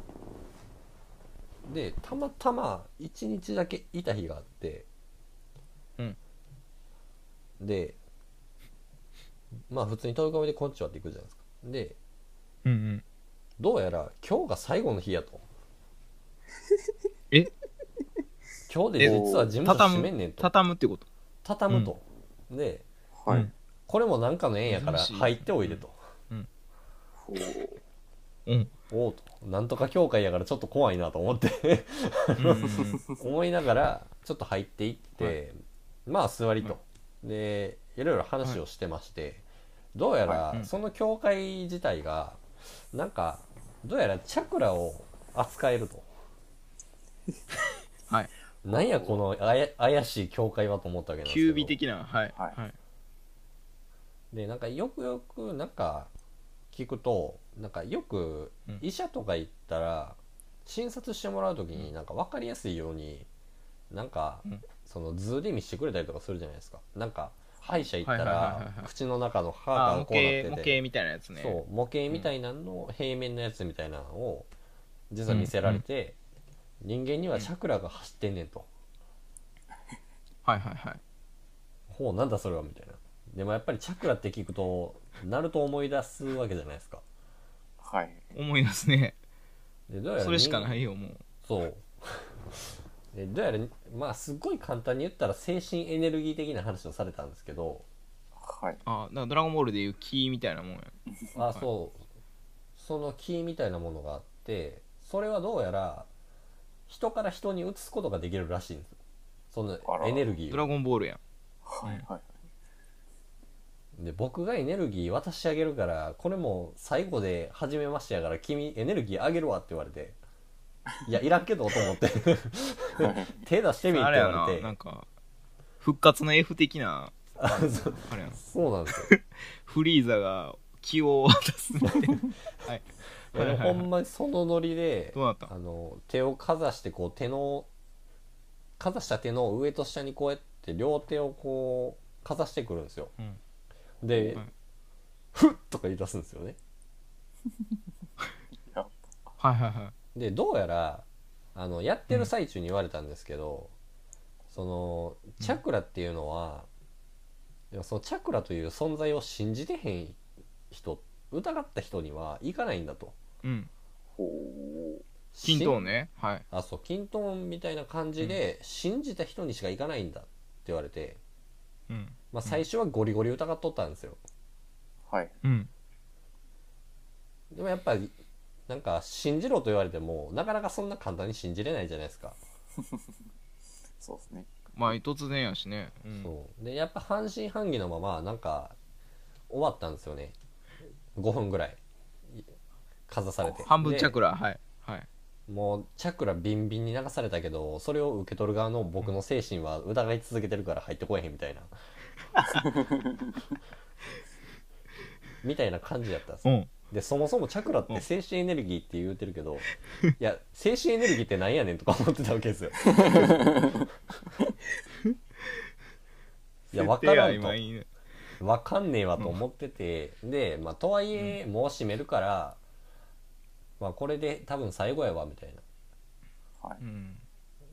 Speaker 2: でたまたまいちにちだけいた日があって、うん、でまあ普通に飛び込みでこんちはって行くじゃないですか。で、うんうん、どうやら今日が最後の日やと
Speaker 1: え
Speaker 2: 今日で実は事務所閉めんねんと
Speaker 1: 畳むってこと
Speaker 2: 畳むと、うん、で、はい、これもなんかの縁やから入っておいでと、うんうん、おおとなんとか協会やからちょっと怖いなと思って思いながらちょっと入っていって、はい、まあ座りと、はい、でいろいろ話をしてまして、はい、どうやらその協会自体がなんかどうやらチャクラを扱えると
Speaker 1: はい
Speaker 2: なんやこのあや怪しい教会はと思ったわけなんですけど
Speaker 1: キュービ的なはい、はい、
Speaker 2: でなんかよくよくなんか聞くとなんかよく医者とか行ったら診察してもらう時になんか分かりやすいようになんかその図で見せてくれたりとかするじゃないですか。なんか歯医者行ったら口の中の歯がこうなってて
Speaker 1: 模型みたいなやつね。
Speaker 2: そう模型みたいなの平面のやつみたいなのを実は見せられて、人間にはチャクラが走ってんねんと、
Speaker 1: はいはいはい。
Speaker 2: ほうなんだそれはみたいな。でもやっぱりチャクラって聞くとナルトを思い出すわけじゃないですか。
Speaker 3: はい
Speaker 1: 思い出すね。
Speaker 2: でどうやら
Speaker 1: それしかないよもう。
Speaker 2: そうでどうやらまあすごい簡単に言ったら精神エネルギー的な話をされたんですけど、
Speaker 3: はい、
Speaker 1: あだからドラゴンボールでいうキーみたいなもんや。
Speaker 2: あそうそのキーみたいなものがあって、それはどうやら人から人に移すことができるらしいんですよ、そのエネルギーを。
Speaker 1: ドラゴンボールやん。
Speaker 3: はいはい。
Speaker 2: で僕がエネルギー渡してあげるから、これも最後で初めましてやから君エネルギーあげるわって言われて、いやいらんけどと思って手出してみって言われて、
Speaker 1: なんか復活の F 的な
Speaker 2: あそう
Speaker 1: あれやん。
Speaker 2: そうなんですよ
Speaker 1: フリーザが気を渡すみたいなはい、
Speaker 2: いやほんまにそのノリで
Speaker 1: どうなった
Speaker 2: あの手をかざしてこう手のかざした手の上と下にこうやって両手をこうかざしてくるんですよ、うん、で、はい、ふっとか言い出すんですよね
Speaker 1: はいはいはい。
Speaker 2: でどうやらあのやってる最中に言われたんですけど、うん、そのチャクラっていうのは、うん、でもそのチャクラという存在を信じてへん人、疑った人にはいかないんだと。
Speaker 1: うん。キントーンね。はい。
Speaker 2: あ、そう、キントーンみたいな感じで、うん、信じた人にしかいかないんだって言われて、うん。まあ最初はゴリゴリ疑っとったんですよ。
Speaker 3: はい。
Speaker 1: うん。
Speaker 2: でもやっぱりなんか信じろと言われてもなかなかそんな簡単に信じれないじゃないですか。
Speaker 3: そうですね。
Speaker 1: まあ突然やしね。
Speaker 2: うん、そうでやっぱ半信半疑のままなんか終わったんですよね。ごふんぐらいかざされて、
Speaker 1: 半分チャクラ、はいはい、
Speaker 2: もうチャクラビンビンに流されたけど、それを受け取る側の僕の精神は疑い続けてるから入ってこえへんみたいなみたいな感じだったんですよ、うん、でそもそもチャクラって精神エネルギーって言うてるけど、うん、いや精神エネルギーってなんやねんとか思ってたわけですよいや分からんと分かんねえわと思ってて、うん、で、まあ、とはいえもう閉めるから、まあ、これで多分最後やわみたいな、はい、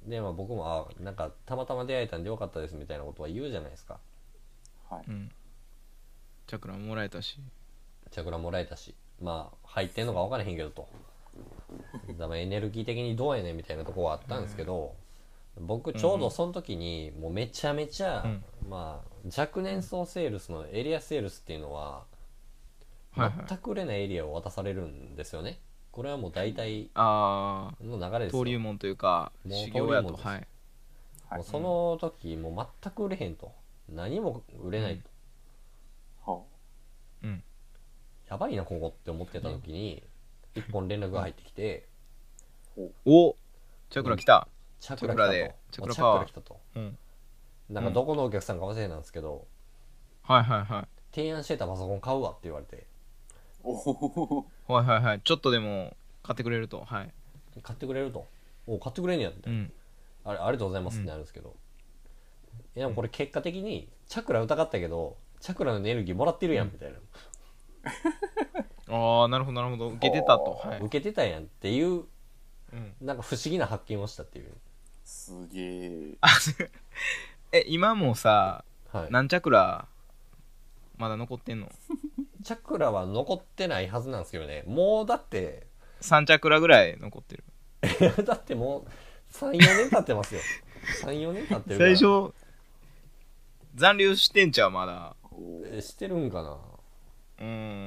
Speaker 2: で、まあ、僕もあなんかたまたま出会えたんでよかったですみたいなことは言うじゃないですか、
Speaker 1: はい、うん、チャクラもらえたし
Speaker 2: チャクラもらえたし、まあ入ってんのか分からへんけどとだからエネルギー的にどうやねんみたいなとこはあったんですけど、うん、僕ちょうどその時にもうめちゃめちゃ、うん、まあ若年層セールスのエリアセールスっていうのは全く売れないエリアを渡されるんですよね。これはもう大体の流れですよ。
Speaker 1: 登竜門というか修行やと、はい、
Speaker 2: もうその時もう全く売れへんと、何も売れないと、うん、やばいなここって思ってた時に一本連絡が入ってきて、
Speaker 1: おチャクラ来た、
Speaker 2: チャクラ来たと、
Speaker 1: チャクラパワー
Speaker 2: チャクラ来たと、うん、なんかどこのお客さんか忘れなんですけど、
Speaker 1: うん、はいはいはい、
Speaker 2: 提案してたパソコン買うわって言われて、
Speaker 1: おはいはいはい、ちょっとでも買ってくれると、はい、
Speaker 2: 買ってくれると、お買ってくれんねやみたいな、うん、あれありがとうございますってなるんですけど、うん、いやでもこれ結果的にチャクラ疑ったけどチャクラのエネルギーもらってるやんみたいな、
Speaker 1: うん、ああなるほどなるほど、受けてたと、
Speaker 2: はい、受けてたやんっていう、うん、なんか不思議な発見をしたっていう。
Speaker 3: すげえ
Speaker 1: え今もさ、はい、何チャクラまだ残ってんの？
Speaker 2: チャクラは残ってないはずなんですけどね。もうだって
Speaker 1: さんチャクラぐらい残ってる
Speaker 2: だってもう さん,よ 年経ってますよさん,よ 年経ってるから。
Speaker 1: 最初残留してんちゃうまだ。
Speaker 2: えしてるんかな。
Speaker 1: うん、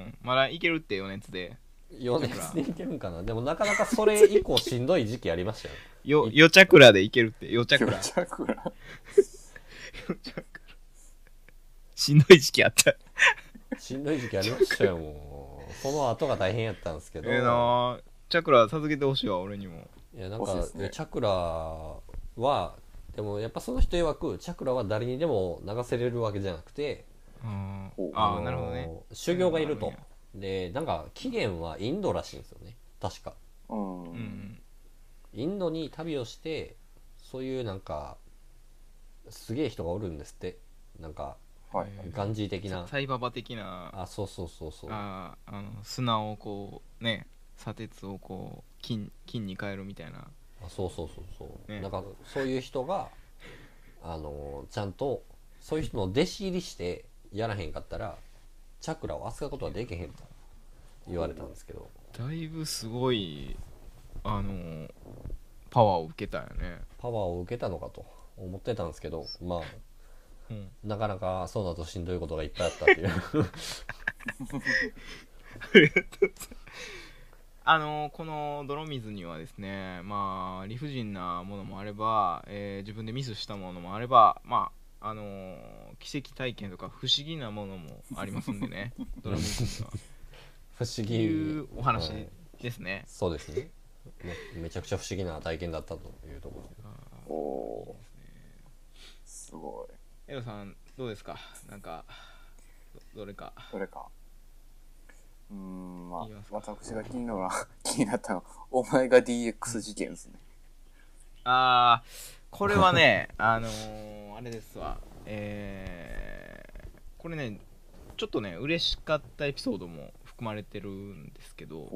Speaker 1: まだいけるって余熱で
Speaker 2: 余熱でいけるんかな。でもなかなかそれ以降しんどい時期ありました
Speaker 1: よよよチャクラでいけるって。よチャクラよ
Speaker 3: チャクラ
Speaker 1: しんどい時期あった
Speaker 2: しんどい時期ありましたよ。もうその後が大変やったんですけど、
Speaker 1: ええな、チャクラ授けてほしいわ俺にも。
Speaker 2: いやなんか、ね、チャクラはでもやっぱその人曰くチャクラは誰にでも流せれるわけじゃなくて、
Speaker 1: ああなるほどね、
Speaker 2: 修行がいると、 でなんか起源はインドらしいんですよね確か。うん、インドに旅をしてそういうなんかすげえ人がおるんですって。なんかガンジー的な
Speaker 1: サイババ的な。
Speaker 2: あそうそうそうそう。
Speaker 1: ああの砂をこうね砂鉄をこう金金に変えるみたいな。
Speaker 2: あそうそうそうそう、ね、なんかそういう人があのちゃんとそういう人の弟子入りしてやらへんかったらチャクラを扱うことはできへんと言われたんですけど、
Speaker 1: だいぶすごいあのパワーを受けたよね。
Speaker 2: パワーを受けたのかと思ってたんですけど、まあ、うん、なかなかそうだとしんどいことがいっぱいあったっていう
Speaker 1: あのこの泥水にはですね、まあ理不尽なものもあれば、えー、自分でミスしたものもあれば、まああのー、奇跡体験とか不思議なものもありますんでね泥水には
Speaker 2: 不思議
Speaker 1: いうお話ですね、はい、
Speaker 2: そうですね。め, めちゃくちゃ不思議な体験だったというところで。おお
Speaker 3: ー、すご
Speaker 1: い。エロさんどうですか。なんか ど, どれか
Speaker 3: どれかうーんまあ私が気になる気になったのはお前が ディーエックス 事件ですね。
Speaker 1: ああこれはねあのー、あれですわ、えー、これねちょっとね嬉しかったエピソードも含まれてるんですけど、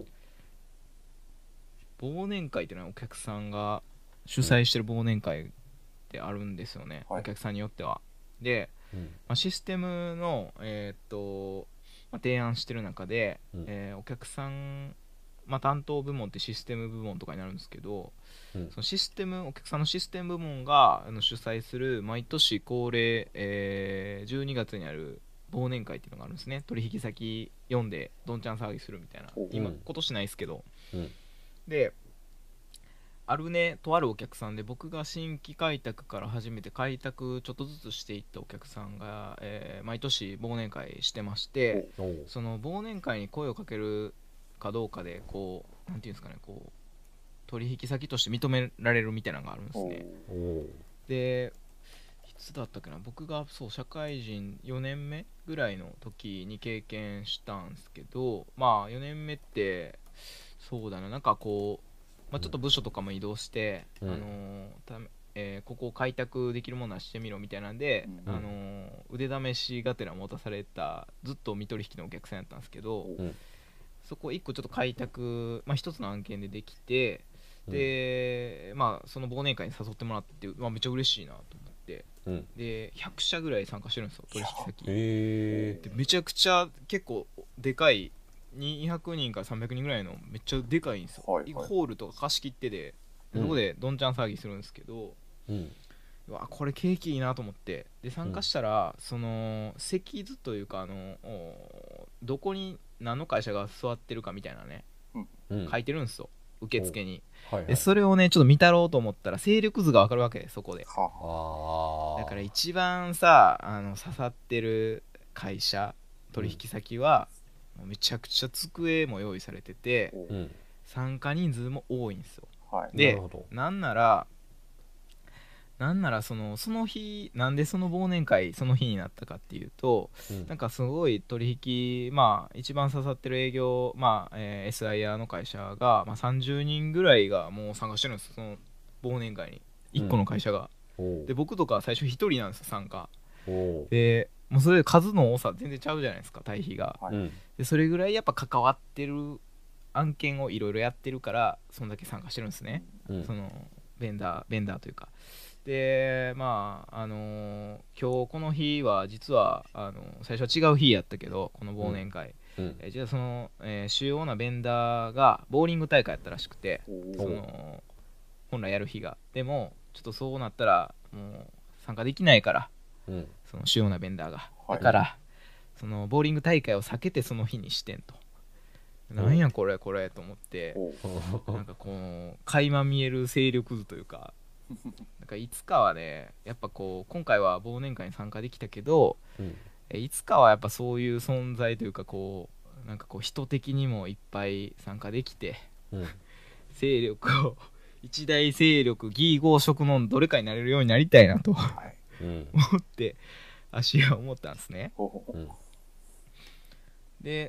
Speaker 1: 忘年会っていうのはお客さんが主催してる忘年会ってあるんですよね、うん、お客さんによっては。で、うんまあ、システムの、えー、っとまあ、提案してる中で、うんえー、お客さん、まあ、担当部門ってシステム部門とかになるんですけど、うん、そのシステムお客さんのシステム部門があの主催する毎年恒例、えー、じゅうにがつにある忘年会っていうのがあるんですね。取引先読んでどんちゃん騒ぎするみたいな。今、うん、今年ないですけど、うん、であるねとあるお客さんで、僕が新規開拓から始めて開拓ちょっとずつしていったお客さんが、えー、毎年忘年会してまして、その忘年会に声をかけるかどうかでこうなんていうんですかね、こう取引先として認められるみたいなのがあるんですね。でいつだったっけな、僕がそう社会人よねんめぐらいの時に経験したんですけど、まあよねんめってそうだな、なんかこうまあ、ちょっと部署とかも移動して、うん、あのーたえー、ここを開拓できるものはしてみろみたいなんで、うん、あのー、腕試しがてら持たされたずっと未取引のお客さんやったんですけど、うん、そこいっこちょっと開拓、まあ、ひとつの案件でできて、で、まあ、その忘年会に誘ってもらって、まあ、めっちゃ嬉しいなと思って、うん、でひゃくしゃぐらい参加してるんですよ取引先で。めちゃくちゃ結構でかいにひゃくにんからさんびゃくにんぐらいのめっちゃでかいんですよ、はいはい、ホールとか貸し切ってて、そこでどんちゃん騒ぎするんですけど、うん、うわこれ景気いいなと思って、で参加したら、うん、その席図というかあのどこに何の会社が座ってるかみたいなね、うん、書いてるんですよ受付に、はいはい、でそれをねちょっと見たろうと思ったら勢力図が分かるわけで、そこではだから一番さあの刺さってる会社取引先は、うん、めちゃくちゃ机も用意されてて、うん、参加人数も多いんですよ、はい、でなんならなんならそのその日なんでその忘年会その日になったかっていうと、うん、なんかすごい取引まあ一番刺さってる営業、まあえー、エスアイアール の会社が、まあ、さんじゅうにんぐらいがもう参加してるんですよ、その忘年会にいっこの会社が、うん、で僕とか最初ひとりなんですよ参加で、もうそれで数の多さ全然ちゃうじゃないですか対比が、はい、でそれぐらいやっぱ関わってる案件をいろいろやってるからそんだけ参加してるんですね、うん、そのベンダーベンダーというかでまああのー、今日この日は実はあの最初は違う日やったけどこの忘年会、うんうんえー、実はその、えー、主要なベンダーがボーリング大会やったらしくて、その本来やる日がでもちょっとそうなったらもう参加できないから、うん、その主要なベンダーがだから、はい、そのボーリング大会を避けてその日にしてんと、なんやこれこれと思ってなんかこう垣間見える勢力図というかなんかいつかはねやっぱこう今回は忘年会に参加できたけど、うん、えいつかはやっぱそういう存在というかこうなんかこう人的にもいっぱい参加できて、うん、勢力を一大勢力義合色のどれかになれるようになりたいなと、はい、思って足は思ったんですね、うん、で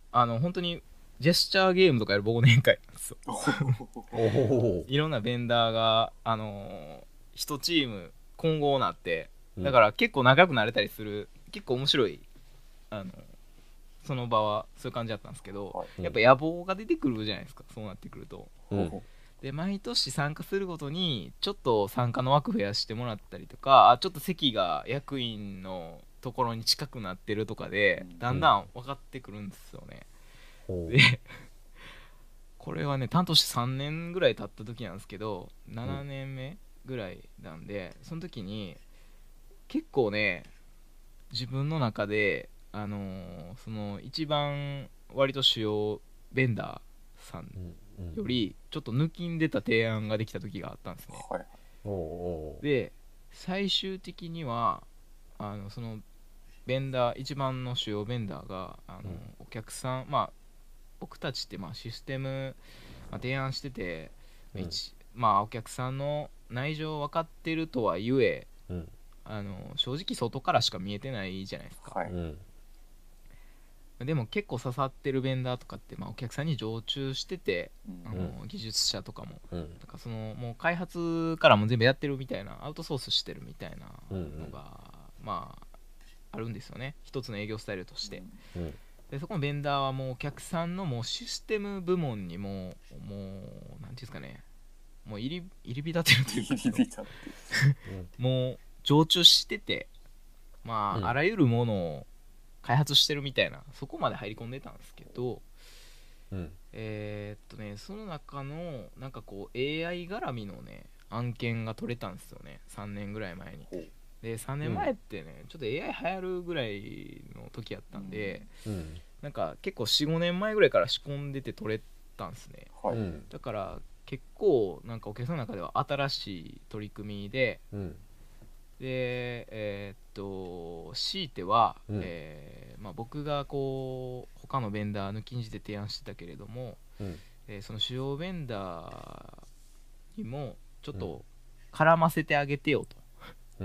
Speaker 1: あの本当にジェスチャーゲームとかやる忘年会なんですよいろんなベンダーがあの一チーム混合なって、だから結構仲良くなれたりする、結構面白い、あのその場はそういう感じだったんですけど、はい、やっぱ野望が出てくるじゃないですか、そうなってくると、うん、で毎年参加するごとにちょっと参加の枠増やしてもらったりとか、あちょっと席が役員のところに近くなってるとかでだんだん分かってくるんですよね、うん、でこれはね担当してさんねんぐらい経った時なんですけど、ななねんめぐらいなんで、その時に結構ね自分の中であのー、その一番割と主要ベンダーさんよりちょっと抜きんでた提案ができた時があったんですね、はい、で最終的にはあのそのベンダー一番の主要ベンダーがあの、うん、お客さん、まあ僕たちってまあシステム、まあ、提案してて、うん、まあお客さんの内情分かってるとはいえ、うん、あの正直外からしか見えてないじゃないですか、はい、でも結構刺さってるベンダーとかって、まあ、お客さんに常駐してて、うん、あの技術者とかも、うん、だからそのもう開発からも全部やってるみたいな、アウトソースしてるみたいなのが、うんうん、まああるんですよね、一つの営業スタイルとして、うん、でそこのベンダーはもうお客さんのもうシステム部門にももうなんていうんですかね、もう入り入り浸ってるというかもう常駐してて、まあ、うん、あらゆるものを開発してるみたいな、そこまで入り込んでたんですけど、うん、えー、っとねその中のなんかこう エーアイ 絡みのね案件が取れたんですよね、さんねんぐらい前に。でさんねんまえってね、うん、ちょっと エーアイ 流行るぐらいの時やったんで、うん、なんか結構 よんごねんまえぐらいから仕込んでて取れたんですね、はい、だから結構なんかお客さんの中では新しい取り組みで、うん、でえー、っと強いては、うん、えーまあ、僕がこう他のベンダー抜きんじて提案してたけれども、うんえー、その主要ベンダーにもちょっと絡ませてあげてよと、うん、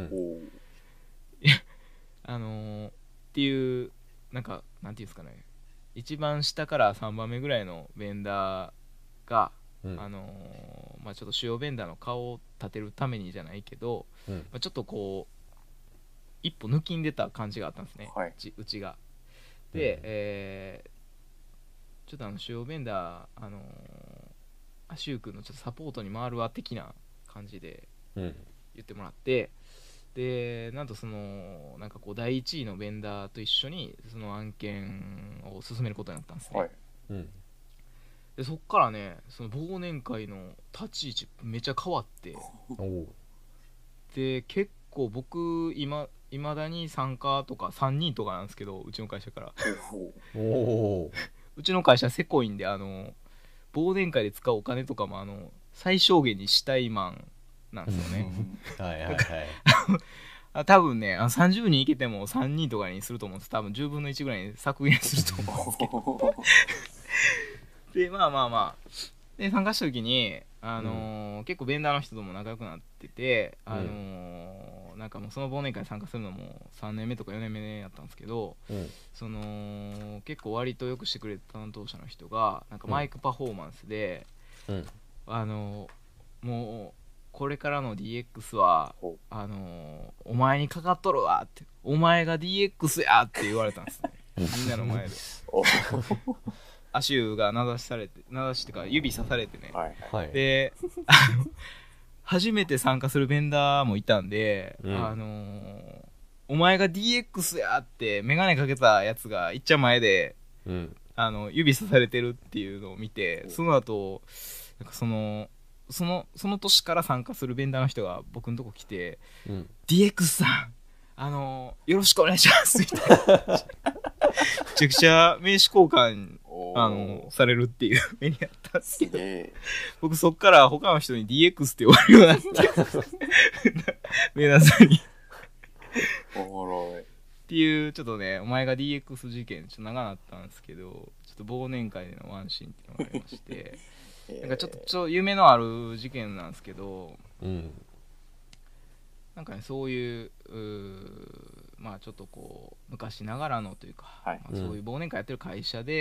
Speaker 1: あのー、っていうなんかなんていうんですかね、一番下からさんばんめぐらいのベンダーが、うんあのーまあ、ちょっと主要ベンダーの顔を立てるためにじゃないけど、うんまあ、ちょっとこう一歩抜きんでた感じがあったんですね、はい、うち、うちがで、うんえー、ちょっとあの主要ベンダー、あのー、アシュー君のちょっとサポートに回るわ的な感じで言ってもらって、うん、でなんとそのなんかこう第一位のベンダーと一緒にその案件を進めることになったんですね、はいうんでそっからねその忘年会の立ち位置めちゃ変わってで結構僕今いまだに参加とかさんにんとかなんですけど、うちの会社からおうちの会社せこいんで、あの忘年会で使うお金とかもあの最小限にしたいマンなんですよねはいはいはい多分ねあのさんじゅうにんいけてもさんにんとかにすると思うんです。多分じゅうぶんのいちぐらいに削減すると思うんですけどでまあまあまあで参加した時に、あのーうん、結構ベンダーの人とも仲良くなってて、あのーうん、なんかもうその忘年会に参加するのもさんねんめとかよねんめやったんですけど、うん、その結構割とよくしてくれた担当者の人がなんかマイクパフォーマンスで、うん、あのー、もうこれからの ディーエックス はあのー、お前にかかっとるわって、お前が ディーエックス やって言われたんですねみんなの前でアシューが名指しされて、名指しってか指さされてね、はいはい、であの初めて参加するベンダーもいたんで、うん、あのー、お前が ディーエックス やってメガネかけたやつがいっちゃ前で、うん、あの指さされてるっていうのを見て、うん、その後なんかそのそのその年から参加するベンダーの人が僕のとこ来て、うん、ディーエックス さんあのー、よろしくお願いしますみたいなめちゃくちゃ名刺交換あのされるっていう目にあったんですけど、僕そっから他の人に ディーエックス って呼ばれるようになってメナさんにおもろいっていうちょっとね、お前が ディーエックス 事件ちょっと長なったんですけど、ちょっと忘年会でのワンシーンっていうのがありましてなんかちょっとちょ夢のある事件なんですけど、うん、なんかねそういう、うまあちょっとこう昔ながらのというか、はいまあ、そういう忘年会やってる会社で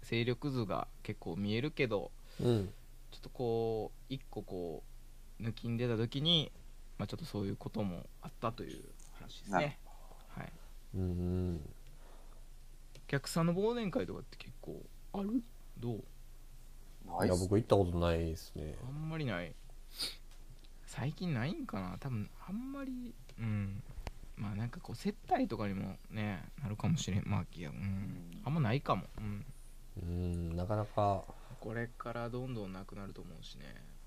Speaker 1: 勢力図が結構見えるけど、
Speaker 2: うん、
Speaker 1: ちょっとこう一個こう抜きん出た時に、まあ、ちょっとそういうこともあったという話ですね。はい。
Speaker 2: うん。
Speaker 1: お客さんの忘年会とかって結構ある？どう？
Speaker 2: いや僕行ったことないですね。
Speaker 1: あんまりない。最近ないんかな。多分あんまり、うん。まあなんかこう接待とかにもねなるかもしれん。まあいや、うん、あんまないかも。うん。
Speaker 2: うん、なかなか
Speaker 1: これからどんどんなくなると思うしね。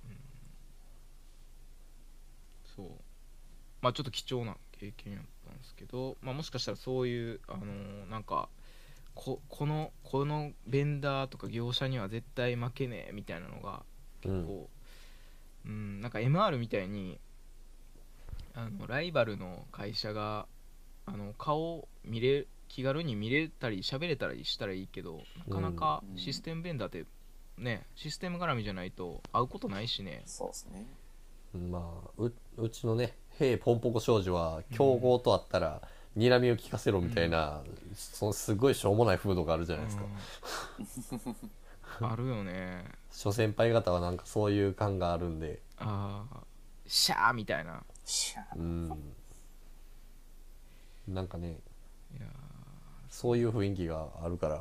Speaker 1: うん、そう。まあちょっと貴重な経験やったんですけど、まあもしかしたらそういうあのー、なんかここのこのベンダーとか業者には絶対負けねえみたいなのが結構、うん、うん、なんか エムアール みたいにあのライバルの会社があの顔見れ気軽に見れたり喋れたりしたらいいけど、なかなかシステムベンダーってね、システム絡みじゃないと会うことないしね。
Speaker 3: そうですね。
Speaker 2: まあ う, うちのねヘイポンポコ少女は競合とあったら、うん、睨みを聞かせろみたいな、うん、そのすごいしょうもない風土があるじゃないですか、
Speaker 1: うん、あるよね。
Speaker 2: 諸先輩方はなんかそういう感があるんで、
Speaker 1: ああシャーみたいな、
Speaker 2: うん、なんかね、いやそういう雰囲気があるから。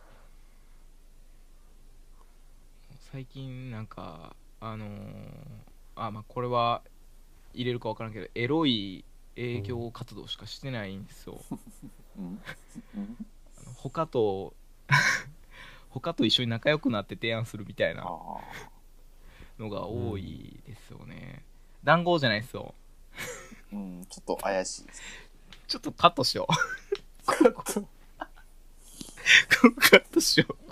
Speaker 1: 最近なんかあのー、あまあこれは入れるか分からんけどエロい営業活動しかしてないんですよ、うん、あの他と他と一緒に仲良くなって提案するみたいなのが多いですよね。談合じゃないですよ、
Speaker 3: うん、ちょっと怪しいです。
Speaker 1: ちょっとカットしようカットカットしよう。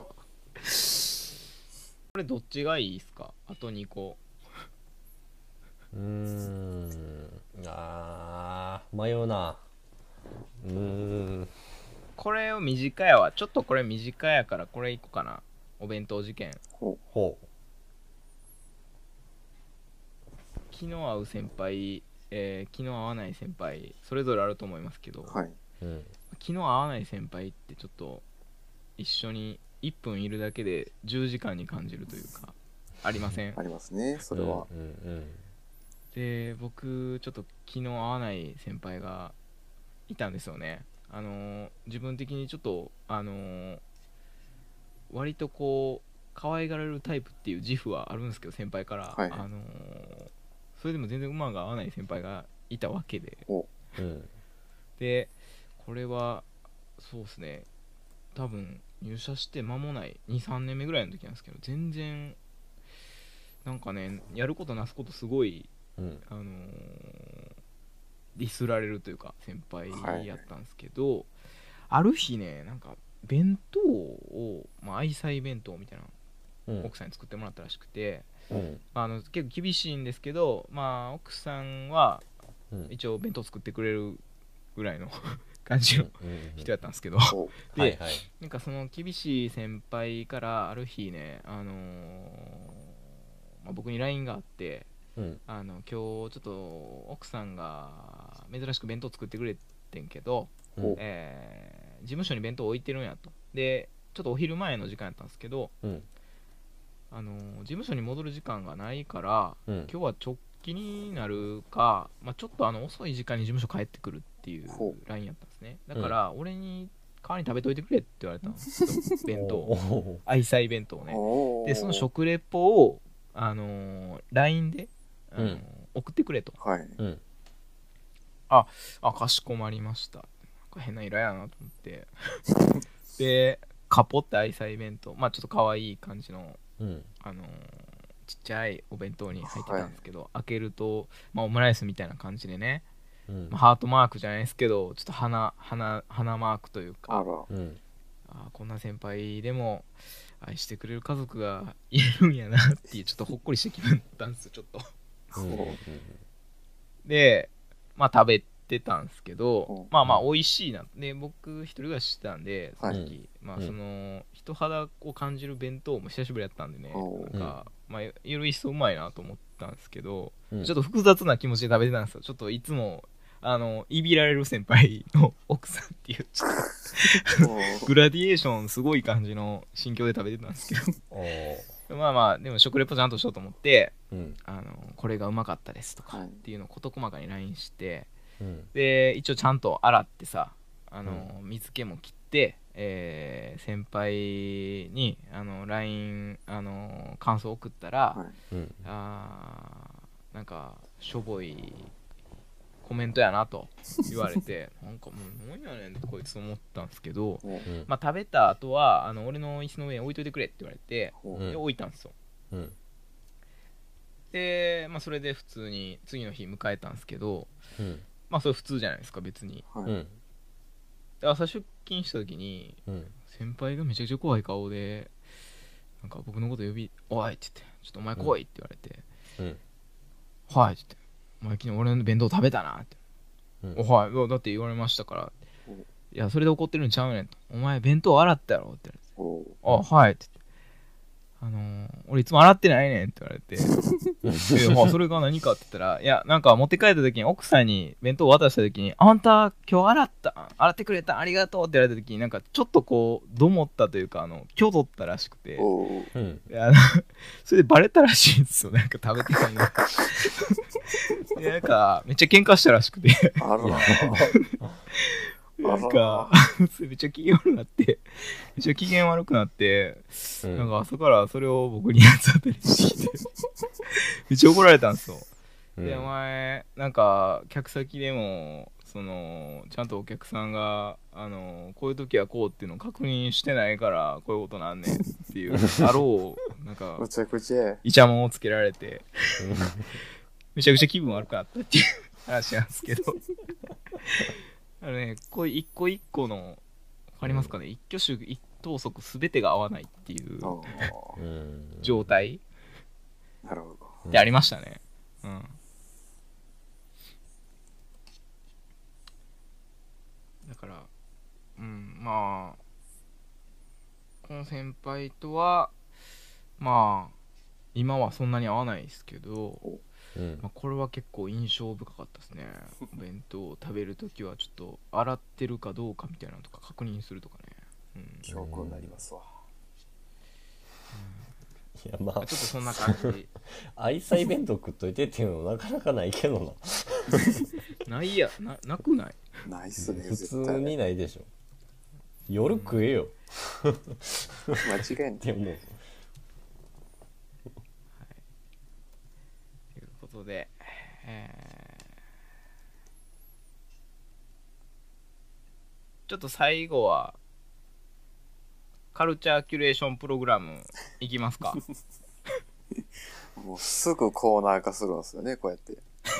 Speaker 1: これどっちがいいですか？あとにこ。
Speaker 2: うーん、あー迷うな。うーん、
Speaker 1: これを短やわ。ちょっとこれ短やからこれいこうかな。お弁当事件。
Speaker 2: ほうほう。
Speaker 1: 気の合う先輩、えー、気の合わない先輩それぞれあると思いますけど、
Speaker 3: はい、
Speaker 2: うん、
Speaker 1: 気の合わない先輩ってちょっと一緒にいっぷんいるだけでじゅうじかんに感じるというかありません？
Speaker 3: ありますね、それは、
Speaker 2: うんうんうん、
Speaker 1: で僕ちょっと気の合わない先輩がいたんですよね。あのー、自分的にちょっとあのー、割とこう可愛がられるタイプっていう自負はあるんですけど先輩から、
Speaker 3: はい、
Speaker 1: あのー、それでも全然馬が合わない先輩がいたわけで、
Speaker 2: うん、
Speaker 1: でこれはそうですね、多分入社して間もない にさんねんめぐらいの時なんですけど、全然なんかねやることなすことすごい、
Speaker 2: うん、
Speaker 1: あのー、ディスられるというか先輩やったんですけど、はい、ある日ねなんか弁当を、まあ、愛妻弁当みたいな、うん、奥さんに作ってもらったらしくて、うん、あの結構厳しいんですけど、まあ、奥さんは一応弁当作ってくれるぐらいの感じの人やったんですけど、で、はいはい、なんかその厳しい先輩からある日ね、あのーまあ、僕に ライン があって、うん、あの今日ちょっと奥さんが珍しく弁当作ってくれてんけど、うんえー、事務所に弁当置いてるんやと。でちょっとお昼前の時間やったんですけど、うん、あのー、事務所に戻る時間がないから、うん、今日は直帰になるか、まあ、ちょっとあの遅い時間に事務所帰ってくるっていう ライン やったんですね。だから、俺に代わりに食べといてくれって言われたんですよ弁当愛妻弁当ね。でその食レポを、あのー、ライン で、あのーうん、送ってくれと、はいうん、ああかしこまりました。なんか変な色やなと思ってでカポって愛妻弁当、まあちょっと可愛い感じの、うん、あのー、ちっちゃいお弁当に入ってたんですけど、はい、開けると、まあ、オムライスみたいな感じでね、うんまあ、ハートマークじゃないですけどちょっと花花花マークというか、あら、うん、あこんな先輩でも愛してくれる家族がいるんやなっていうちょっとほっこりした気分だったんですよちょっとでまあ食べてたんですけど、うん、まあまあ美味しいなで僕一人暮らししてたんでその時、はい、まあその、うん、人肌を感じる弁当も久しぶりやったんでね、なんか、うん、まあいろいろ一層うまいなと思ったんですけど、うん、ちょっと複雑な気持ちで食べてたんですよ。ちょっといつもあのいびられる先輩の奥さんっていうちょっとグラディエーションすごい感じの心境で食べてたんですけどまあまあでも食レポちゃんとしようと思って、うん、あのこれがうまかったですとかっていうのを事細かに ライン して、うん、で一応ちゃんと洗ってさあの、うん、水気も切って、えー、先輩にあの ライン あの感想を送ったら、はいうん、あなんかしょぼいコメントやなと言われてなんかもう何やねんってこいつ思ったんですけど、うん、まあ食べた後はあの俺の椅子の上に置いといてくれって言われて、うん、で置いたんですよ、うん、で、まあ、それで普通に次の日迎えたんですけど、うん、まあそれ普通じゃないですか別に、はい、で朝出勤した時に、うん、先輩がめちゃくちゃ怖い顔でなんか僕のこと呼び「おい!」って言って「ちょっとお前来い!」って言われて「うん、はい!」って言って「お前昨日俺の弁当食べたな」って、うん、おはいだって言われましたから「いやそれで怒ってるんちゃうねん」と「お前弁当洗ったやろ」って言われて「あはい」って言ってあのー、俺いつも洗ってないねんって言われてえあそれが何かって言ったらいやなんか持って帰った時に奥さんに弁当を渡した時にあんた今日洗った洗ってくれたありがとうって言われた時になんかちょっとこうどもったというかあの挙取ったらしくて、うん、あのそれでバレたらしいんですよなんか食べてないのでなんかめっちゃ喧嘩したらしくてあらなんかめっちゃ機嫌悪くなってめっちゃ機嫌悪くなって、うん、なんか朝からそれを僕に八つ当たりしてきてめっちゃ怒られたんですよ、うん、でお前なんか客先でもそのちゃんとお客さんがあのこういう時はこうっていうのを確認してないからこういうことなんねんっていうあろうなんかイチャモンをつけられてめちゃくちゃ気分悪くなったっていう話なんですけどあのね、こういう一個一個のわかりますかね、うん、一挙手一投足すべてが合わないっていう状態
Speaker 3: なるほど
Speaker 1: でありましたね、うん、だからうんまあこの先輩とはまあ今はそんなに合わないですけどうんまあ、これは結構印象深かったですねお弁当を食べるときはちょっと洗ってるかどうかみたいなのとか確認するとかね、
Speaker 3: うん、記憶になりますわ、
Speaker 2: うん、いやまあ
Speaker 1: ちょっとそんな感じ
Speaker 2: 愛妻弁当食っといてっていうのなかなかないけど
Speaker 1: なないや な, なくない
Speaker 3: ないっすね
Speaker 2: 普通にないでしょ夜食えよ、
Speaker 3: うん、間違いないでも
Speaker 1: ということで、えー、ちょっと最後はカルチャーキュレーションプログラムいきますか
Speaker 3: もうすぐコーナー化するんですよねこうやって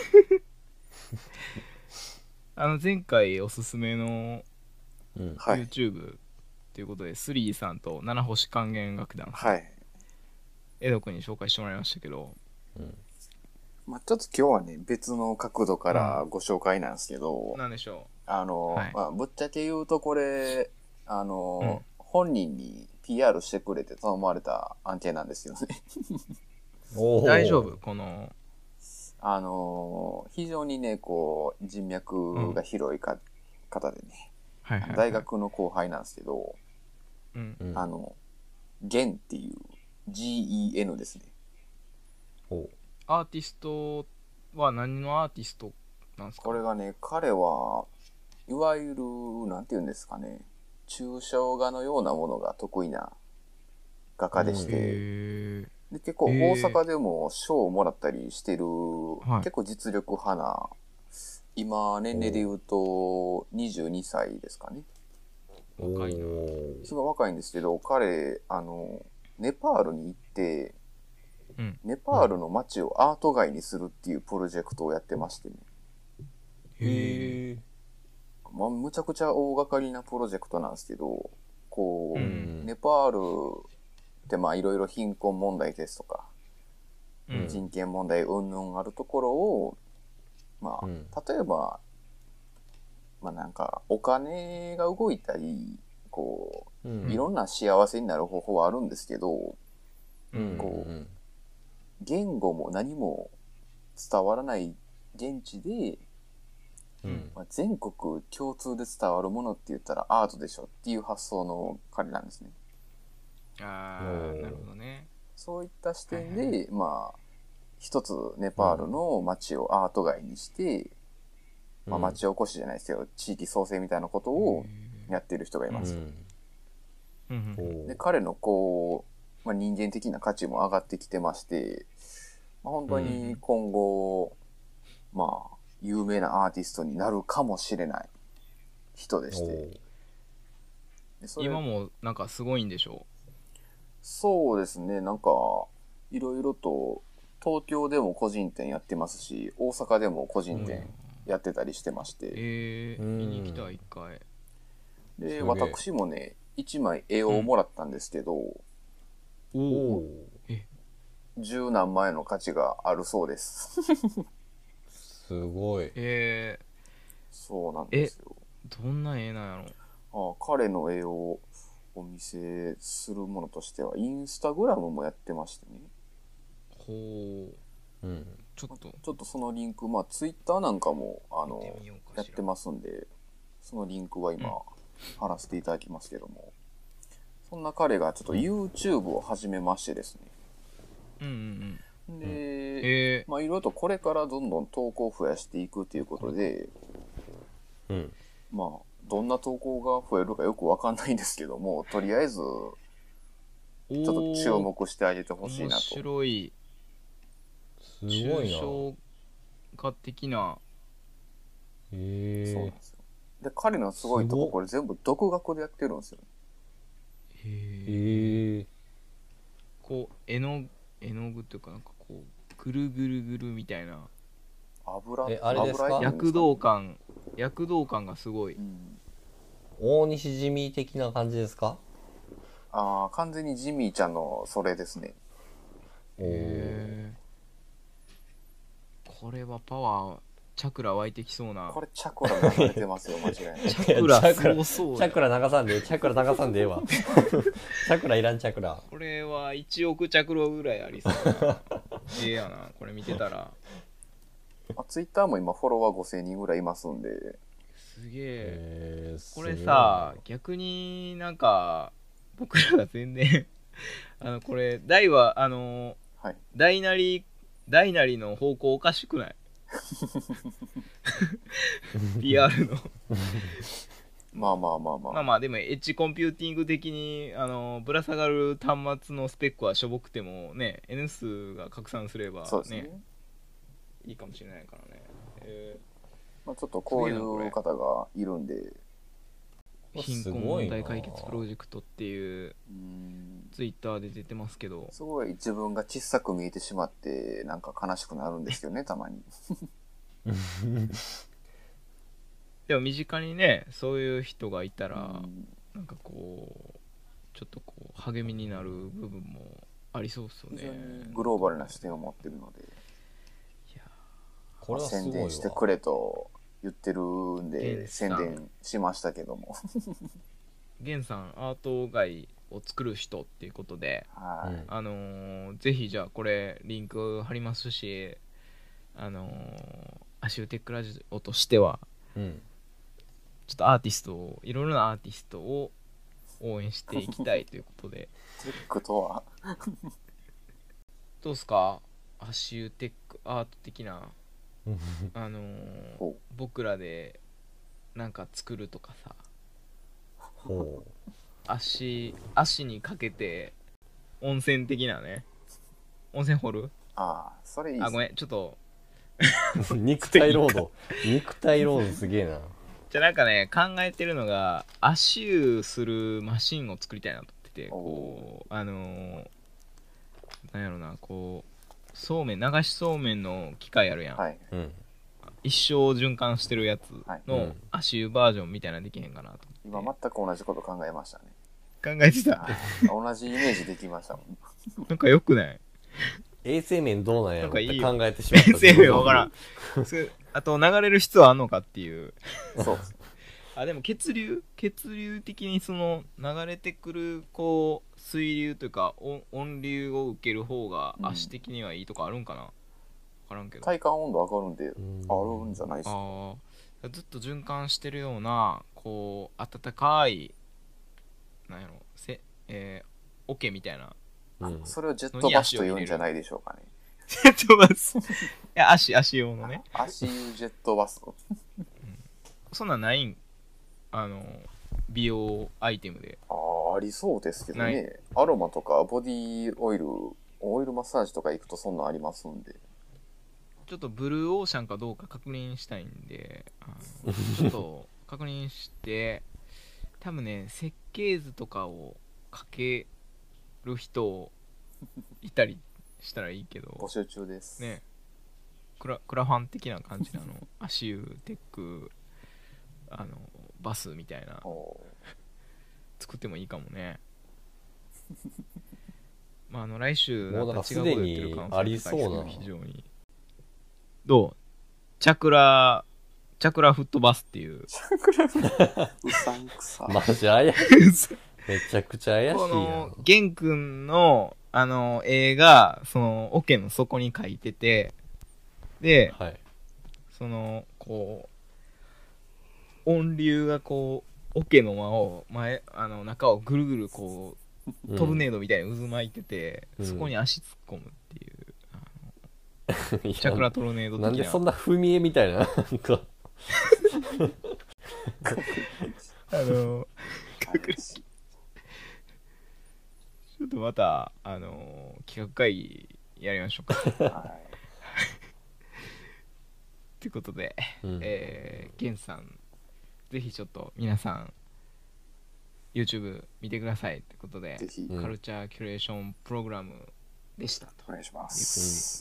Speaker 1: あの前回おすすめの YouTube ということで、はい、スリーさんと七星管弦楽団さん、はい、江戸君に紹介してもらいましたけど、うん
Speaker 3: まあ、ちょっと今日はね別の角度からご紹介なんですけど、
Speaker 1: うん、何でしょう
Speaker 3: あの、はいまあ、ぶっちゃけ言うとこれあの、うん、本人に ピーアール してくれて頼まれた案件なんですよね
Speaker 1: 大丈夫この
Speaker 3: あの非常にねこう人脈が広いか、うん、方でね、はいはいはい、大学の後輩なんですけど、うん、あのゲンっていう ジーイーエヌ ですね。
Speaker 1: おアーティストは何のアーティストなんですか？
Speaker 3: これがね彼はいわゆるなんていうんですかね抽象画のようなものが得意な画家でして、で結構大阪でも賞をもらったりしてる、はい、結構実力派な今年齢で言うとにじゅうにさいですかね。
Speaker 1: 若いな。
Speaker 3: すごい若いんですけど彼あのネパールに行ってうん、ネパールの街をアート街にするっていうプロジェクトをやってましてね。
Speaker 1: へ
Speaker 3: ー。まあ、むちゃくちゃ大掛かりなプロジェクトなんですけど、こう、うん、ネパールってまあいろいろ貧困問題ですとか、うん、人権問題云々あるところを、まあ、うん、例えば、まあなんかお金が動いたり、こう、うん、いろんな幸せになる方法はあるんですけど、うん、こう、うん言語も何も伝わらない現地でうんまあ、全国共通で伝わるものって言ったらアートでしょっていう発想の彼なんですね。
Speaker 1: ああ、なるほどね。
Speaker 3: そういった視点で、はいはい、まあ一つネパールの街をアート街にして、うん、まあ、町おこしじゃないですけど地域創生みたいなことをやっている人がいます。うん、で彼のこう、まあ、人間的な価値も上がってきてまして、まあ、本当に今後、うん、まあ有名なアーティストになるかもしれない人でして、
Speaker 1: で今もなんかすごいんでしょう。
Speaker 3: そうですね、なんかいろいろと東京でも個人店やってますし、大阪でも個人店やってたりしてまして、うん、
Speaker 1: えー、見に来た一回
Speaker 3: で私もね一枚絵をもらったんですけど、うん、おお十何万円の価値があるそうです
Speaker 2: すごい。
Speaker 1: えー、
Speaker 3: そうなんですよ。
Speaker 1: どんな絵なんや
Speaker 3: ろ。ああ、彼の絵をお見せするものとしてはインスタグラムもやってましてね。
Speaker 1: ほう、うん、ちょっと
Speaker 3: ちょっとそのリンク、まあツイッターなんかもあのやってますんで、そのリンクは今、うん、貼らせていただきますけども、そんな彼がちょっと YouTube を始めましてですね。
Speaker 1: うんうんうん、
Speaker 3: で、えー、まあいろいろとこれからどんどん投稿を増やしていくということで、うん、まあどんな投稿が増えるかよくわかんないんですけども、とりあえずちょっと注目してあげてほしいなと。面
Speaker 1: 白い。
Speaker 2: すごいな。
Speaker 1: 抽象画的な。
Speaker 3: へえ。そうなんですよ。で彼のすごいとこ、これ全部独学でやってるんですよ。
Speaker 1: へえ。こう絵の絵の具というかなんかこうぐるぐるぐるみたいな。
Speaker 3: 油
Speaker 2: えあれですか？
Speaker 1: 躍動感躍動感がすごい。うん、
Speaker 2: 大西ジミー的な感じですか？
Speaker 3: ああ、完全にジミーちゃんのそれですね。
Speaker 1: へえ。これはパワーチャクラ湧いてきそうな。
Speaker 3: これチャクラ流れてますよ間違いない。
Speaker 1: チャクラすごそう。
Speaker 2: チャクラ流さんでチャクラ流さんでええわ。チャクラいらんチャクラ。
Speaker 1: これはいちおくチャクラぐらいありそうな。ええやなこれ見てたら。
Speaker 3: あ、ツイッターも今フォロワーごせんにんぐらいいますんで。
Speaker 1: すげえ。これさ逆になんか僕らが全然あのこれ大はあの、はい、大なり大なりの方向おかしくない？ピーアール の
Speaker 3: まあまあまあまあ
Speaker 1: まあまあでもエッジコンピューティング的にあのぶら下がる端末のスペックはしょぼくてもね N 数が拡散すれば ね, そうですねいいかもしれないからね、え
Speaker 3: ーまあ、ちょっとこういう方がいるんで
Speaker 1: 貧困問題解決プロジェクトっていうツイッターで出てますけど、
Speaker 3: すごい自分が小さく見えてしまってなんか悲しくなるんですよねたまに
Speaker 1: でも身近にねそういう人がいたらなんかこうちょっとこう励みになる部分もありそうですよね。
Speaker 3: 非常にグローバルな視点を持ってるので、いやこれはすごいわ。宣伝してくれと言ってるんで宣伝しましたけども
Speaker 1: 源さんアート街を作る人っていうことで、はい、あのー、ぜひじゃあこれリンク貼りますし、あのー、アシューテックラジオとしては、うん、ちょっとアーティストをいろいろなアーティストを応援していきたいということで
Speaker 3: テックとは
Speaker 1: どうですかアシューテックアート的なあのー、僕らでなんか作るとかさほう足足にかけて温泉的なね温泉掘る
Speaker 3: ああそれいいっす、
Speaker 1: あごめんちょっと
Speaker 2: 肉体労働肉体労働すげえな
Speaker 1: じゃあなんかね考えてるのが足湯するマシンを作りたいなと思っててこうあのー、なんやろなこうそうめん流しそうめんの機械あるやん、はい、一生循環してるやつの足湯バージョンみたいなのできへんかなと
Speaker 3: 思って、今全く同じこと考えましたね。
Speaker 1: 考えてた
Speaker 3: 同じイメージできましたもん
Speaker 1: なんかよくない
Speaker 2: 衛生面どうなんやろって考えてしまった。
Speaker 1: 衛生面わからんあと流れる必要あんのかっていう
Speaker 3: そう
Speaker 1: あでも血流血流的にその流れてくるこう水流というか温流を受ける方が足的にはいいとかあるんかな、 からんけど
Speaker 3: 体感温度上がるんであるんじゃないですか。
Speaker 1: あずっと循環してるようなこう暖かいなんやろせ、えー、桶みたいな、
Speaker 3: うん、それをジェットバスと言うんじゃないでしょうかね。
Speaker 1: ジェットバスいや足足用のね
Speaker 3: 足湯ジェットバス、うん、
Speaker 1: そんなんないんあの美容アイテムで。
Speaker 3: ああ、ありそうですけどね。アロマとかボディオイル、オイルマッサージとか行くとそんなんありますんで。
Speaker 1: ちょっとブルーオーシャンかどうか確認したいんで、あのちょっと確認して、多分ね、設計図とかをかける人いたりしたらいいけど。
Speaker 3: 募集中です。
Speaker 1: ね。クラ、クラファン的な感じなの。足湯、テック、あの、バスみたいな。作ってもいいかもね。まあ、あの来週
Speaker 2: なんか違うこと言ってる可能性ありそうな。
Speaker 1: 非常に。どうチャクラ、チャクラフットバスっていう。
Speaker 3: チャクラフットバスうさんくさ。
Speaker 2: マジ怪しい。めちゃくちゃ怪しいやん。
Speaker 1: この、ゲン君の、あの、絵が、その、桶の底に書いてて、で、はい、その、こう、音流がこう、桶の間を、前、あの、中をぐるぐるこう、トルネードみたいに渦巻いてて、うん、そこに足突っ込むっていう。チャクラトルネード的な。
Speaker 2: なんでそんな踏み絵みたいななんか
Speaker 1: あのちょっとまたあの企画会議やりましょうか。はい。ということで、うん、えー、ゲンさんぜひちょっと皆さん YouTube 見てくださいということで、カルチャーキュレーションプログラムでしたと。
Speaker 3: お願いします。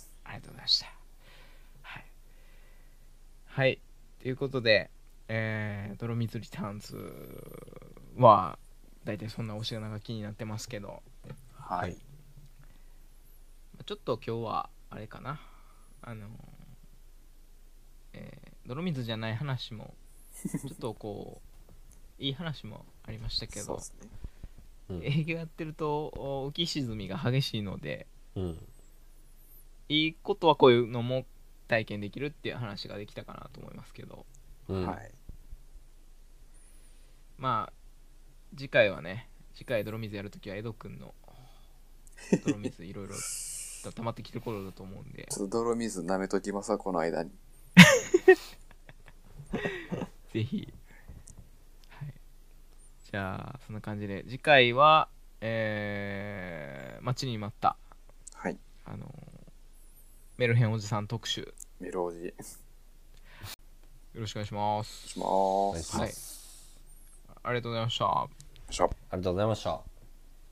Speaker 1: ありがとうございました。はい。はい。ということで、えー、ドロミズリターンズは、だいたいそんなおしが長気になってますけど、
Speaker 3: はい。
Speaker 1: ちょっと今日は、あれかな、あの、えー、泥水じゃない話も、ちょっとこう、いい話もありましたけど、そうですね。うん、営業やってると、浮き沈みが激しいので、うんいいことはこういうのも体験できるっていう話ができたかなと思いますけど、
Speaker 3: うん、はい
Speaker 1: まあ次回はね次回泥水やるときは江戸くんの泥水いろいろ溜まってきてる頃だと思うんで
Speaker 3: ちょっと泥水舐めときますわこの間に
Speaker 1: ぜひ、はい、じゃあそんな感じで次回はえー、待ちに待った
Speaker 3: はい
Speaker 1: あのメルヘンおじさん特集
Speaker 3: メルおじよ
Speaker 1: ろしくお願いします
Speaker 3: お願いします、
Speaker 1: はい、ありがとうございました
Speaker 3: ありがとうございました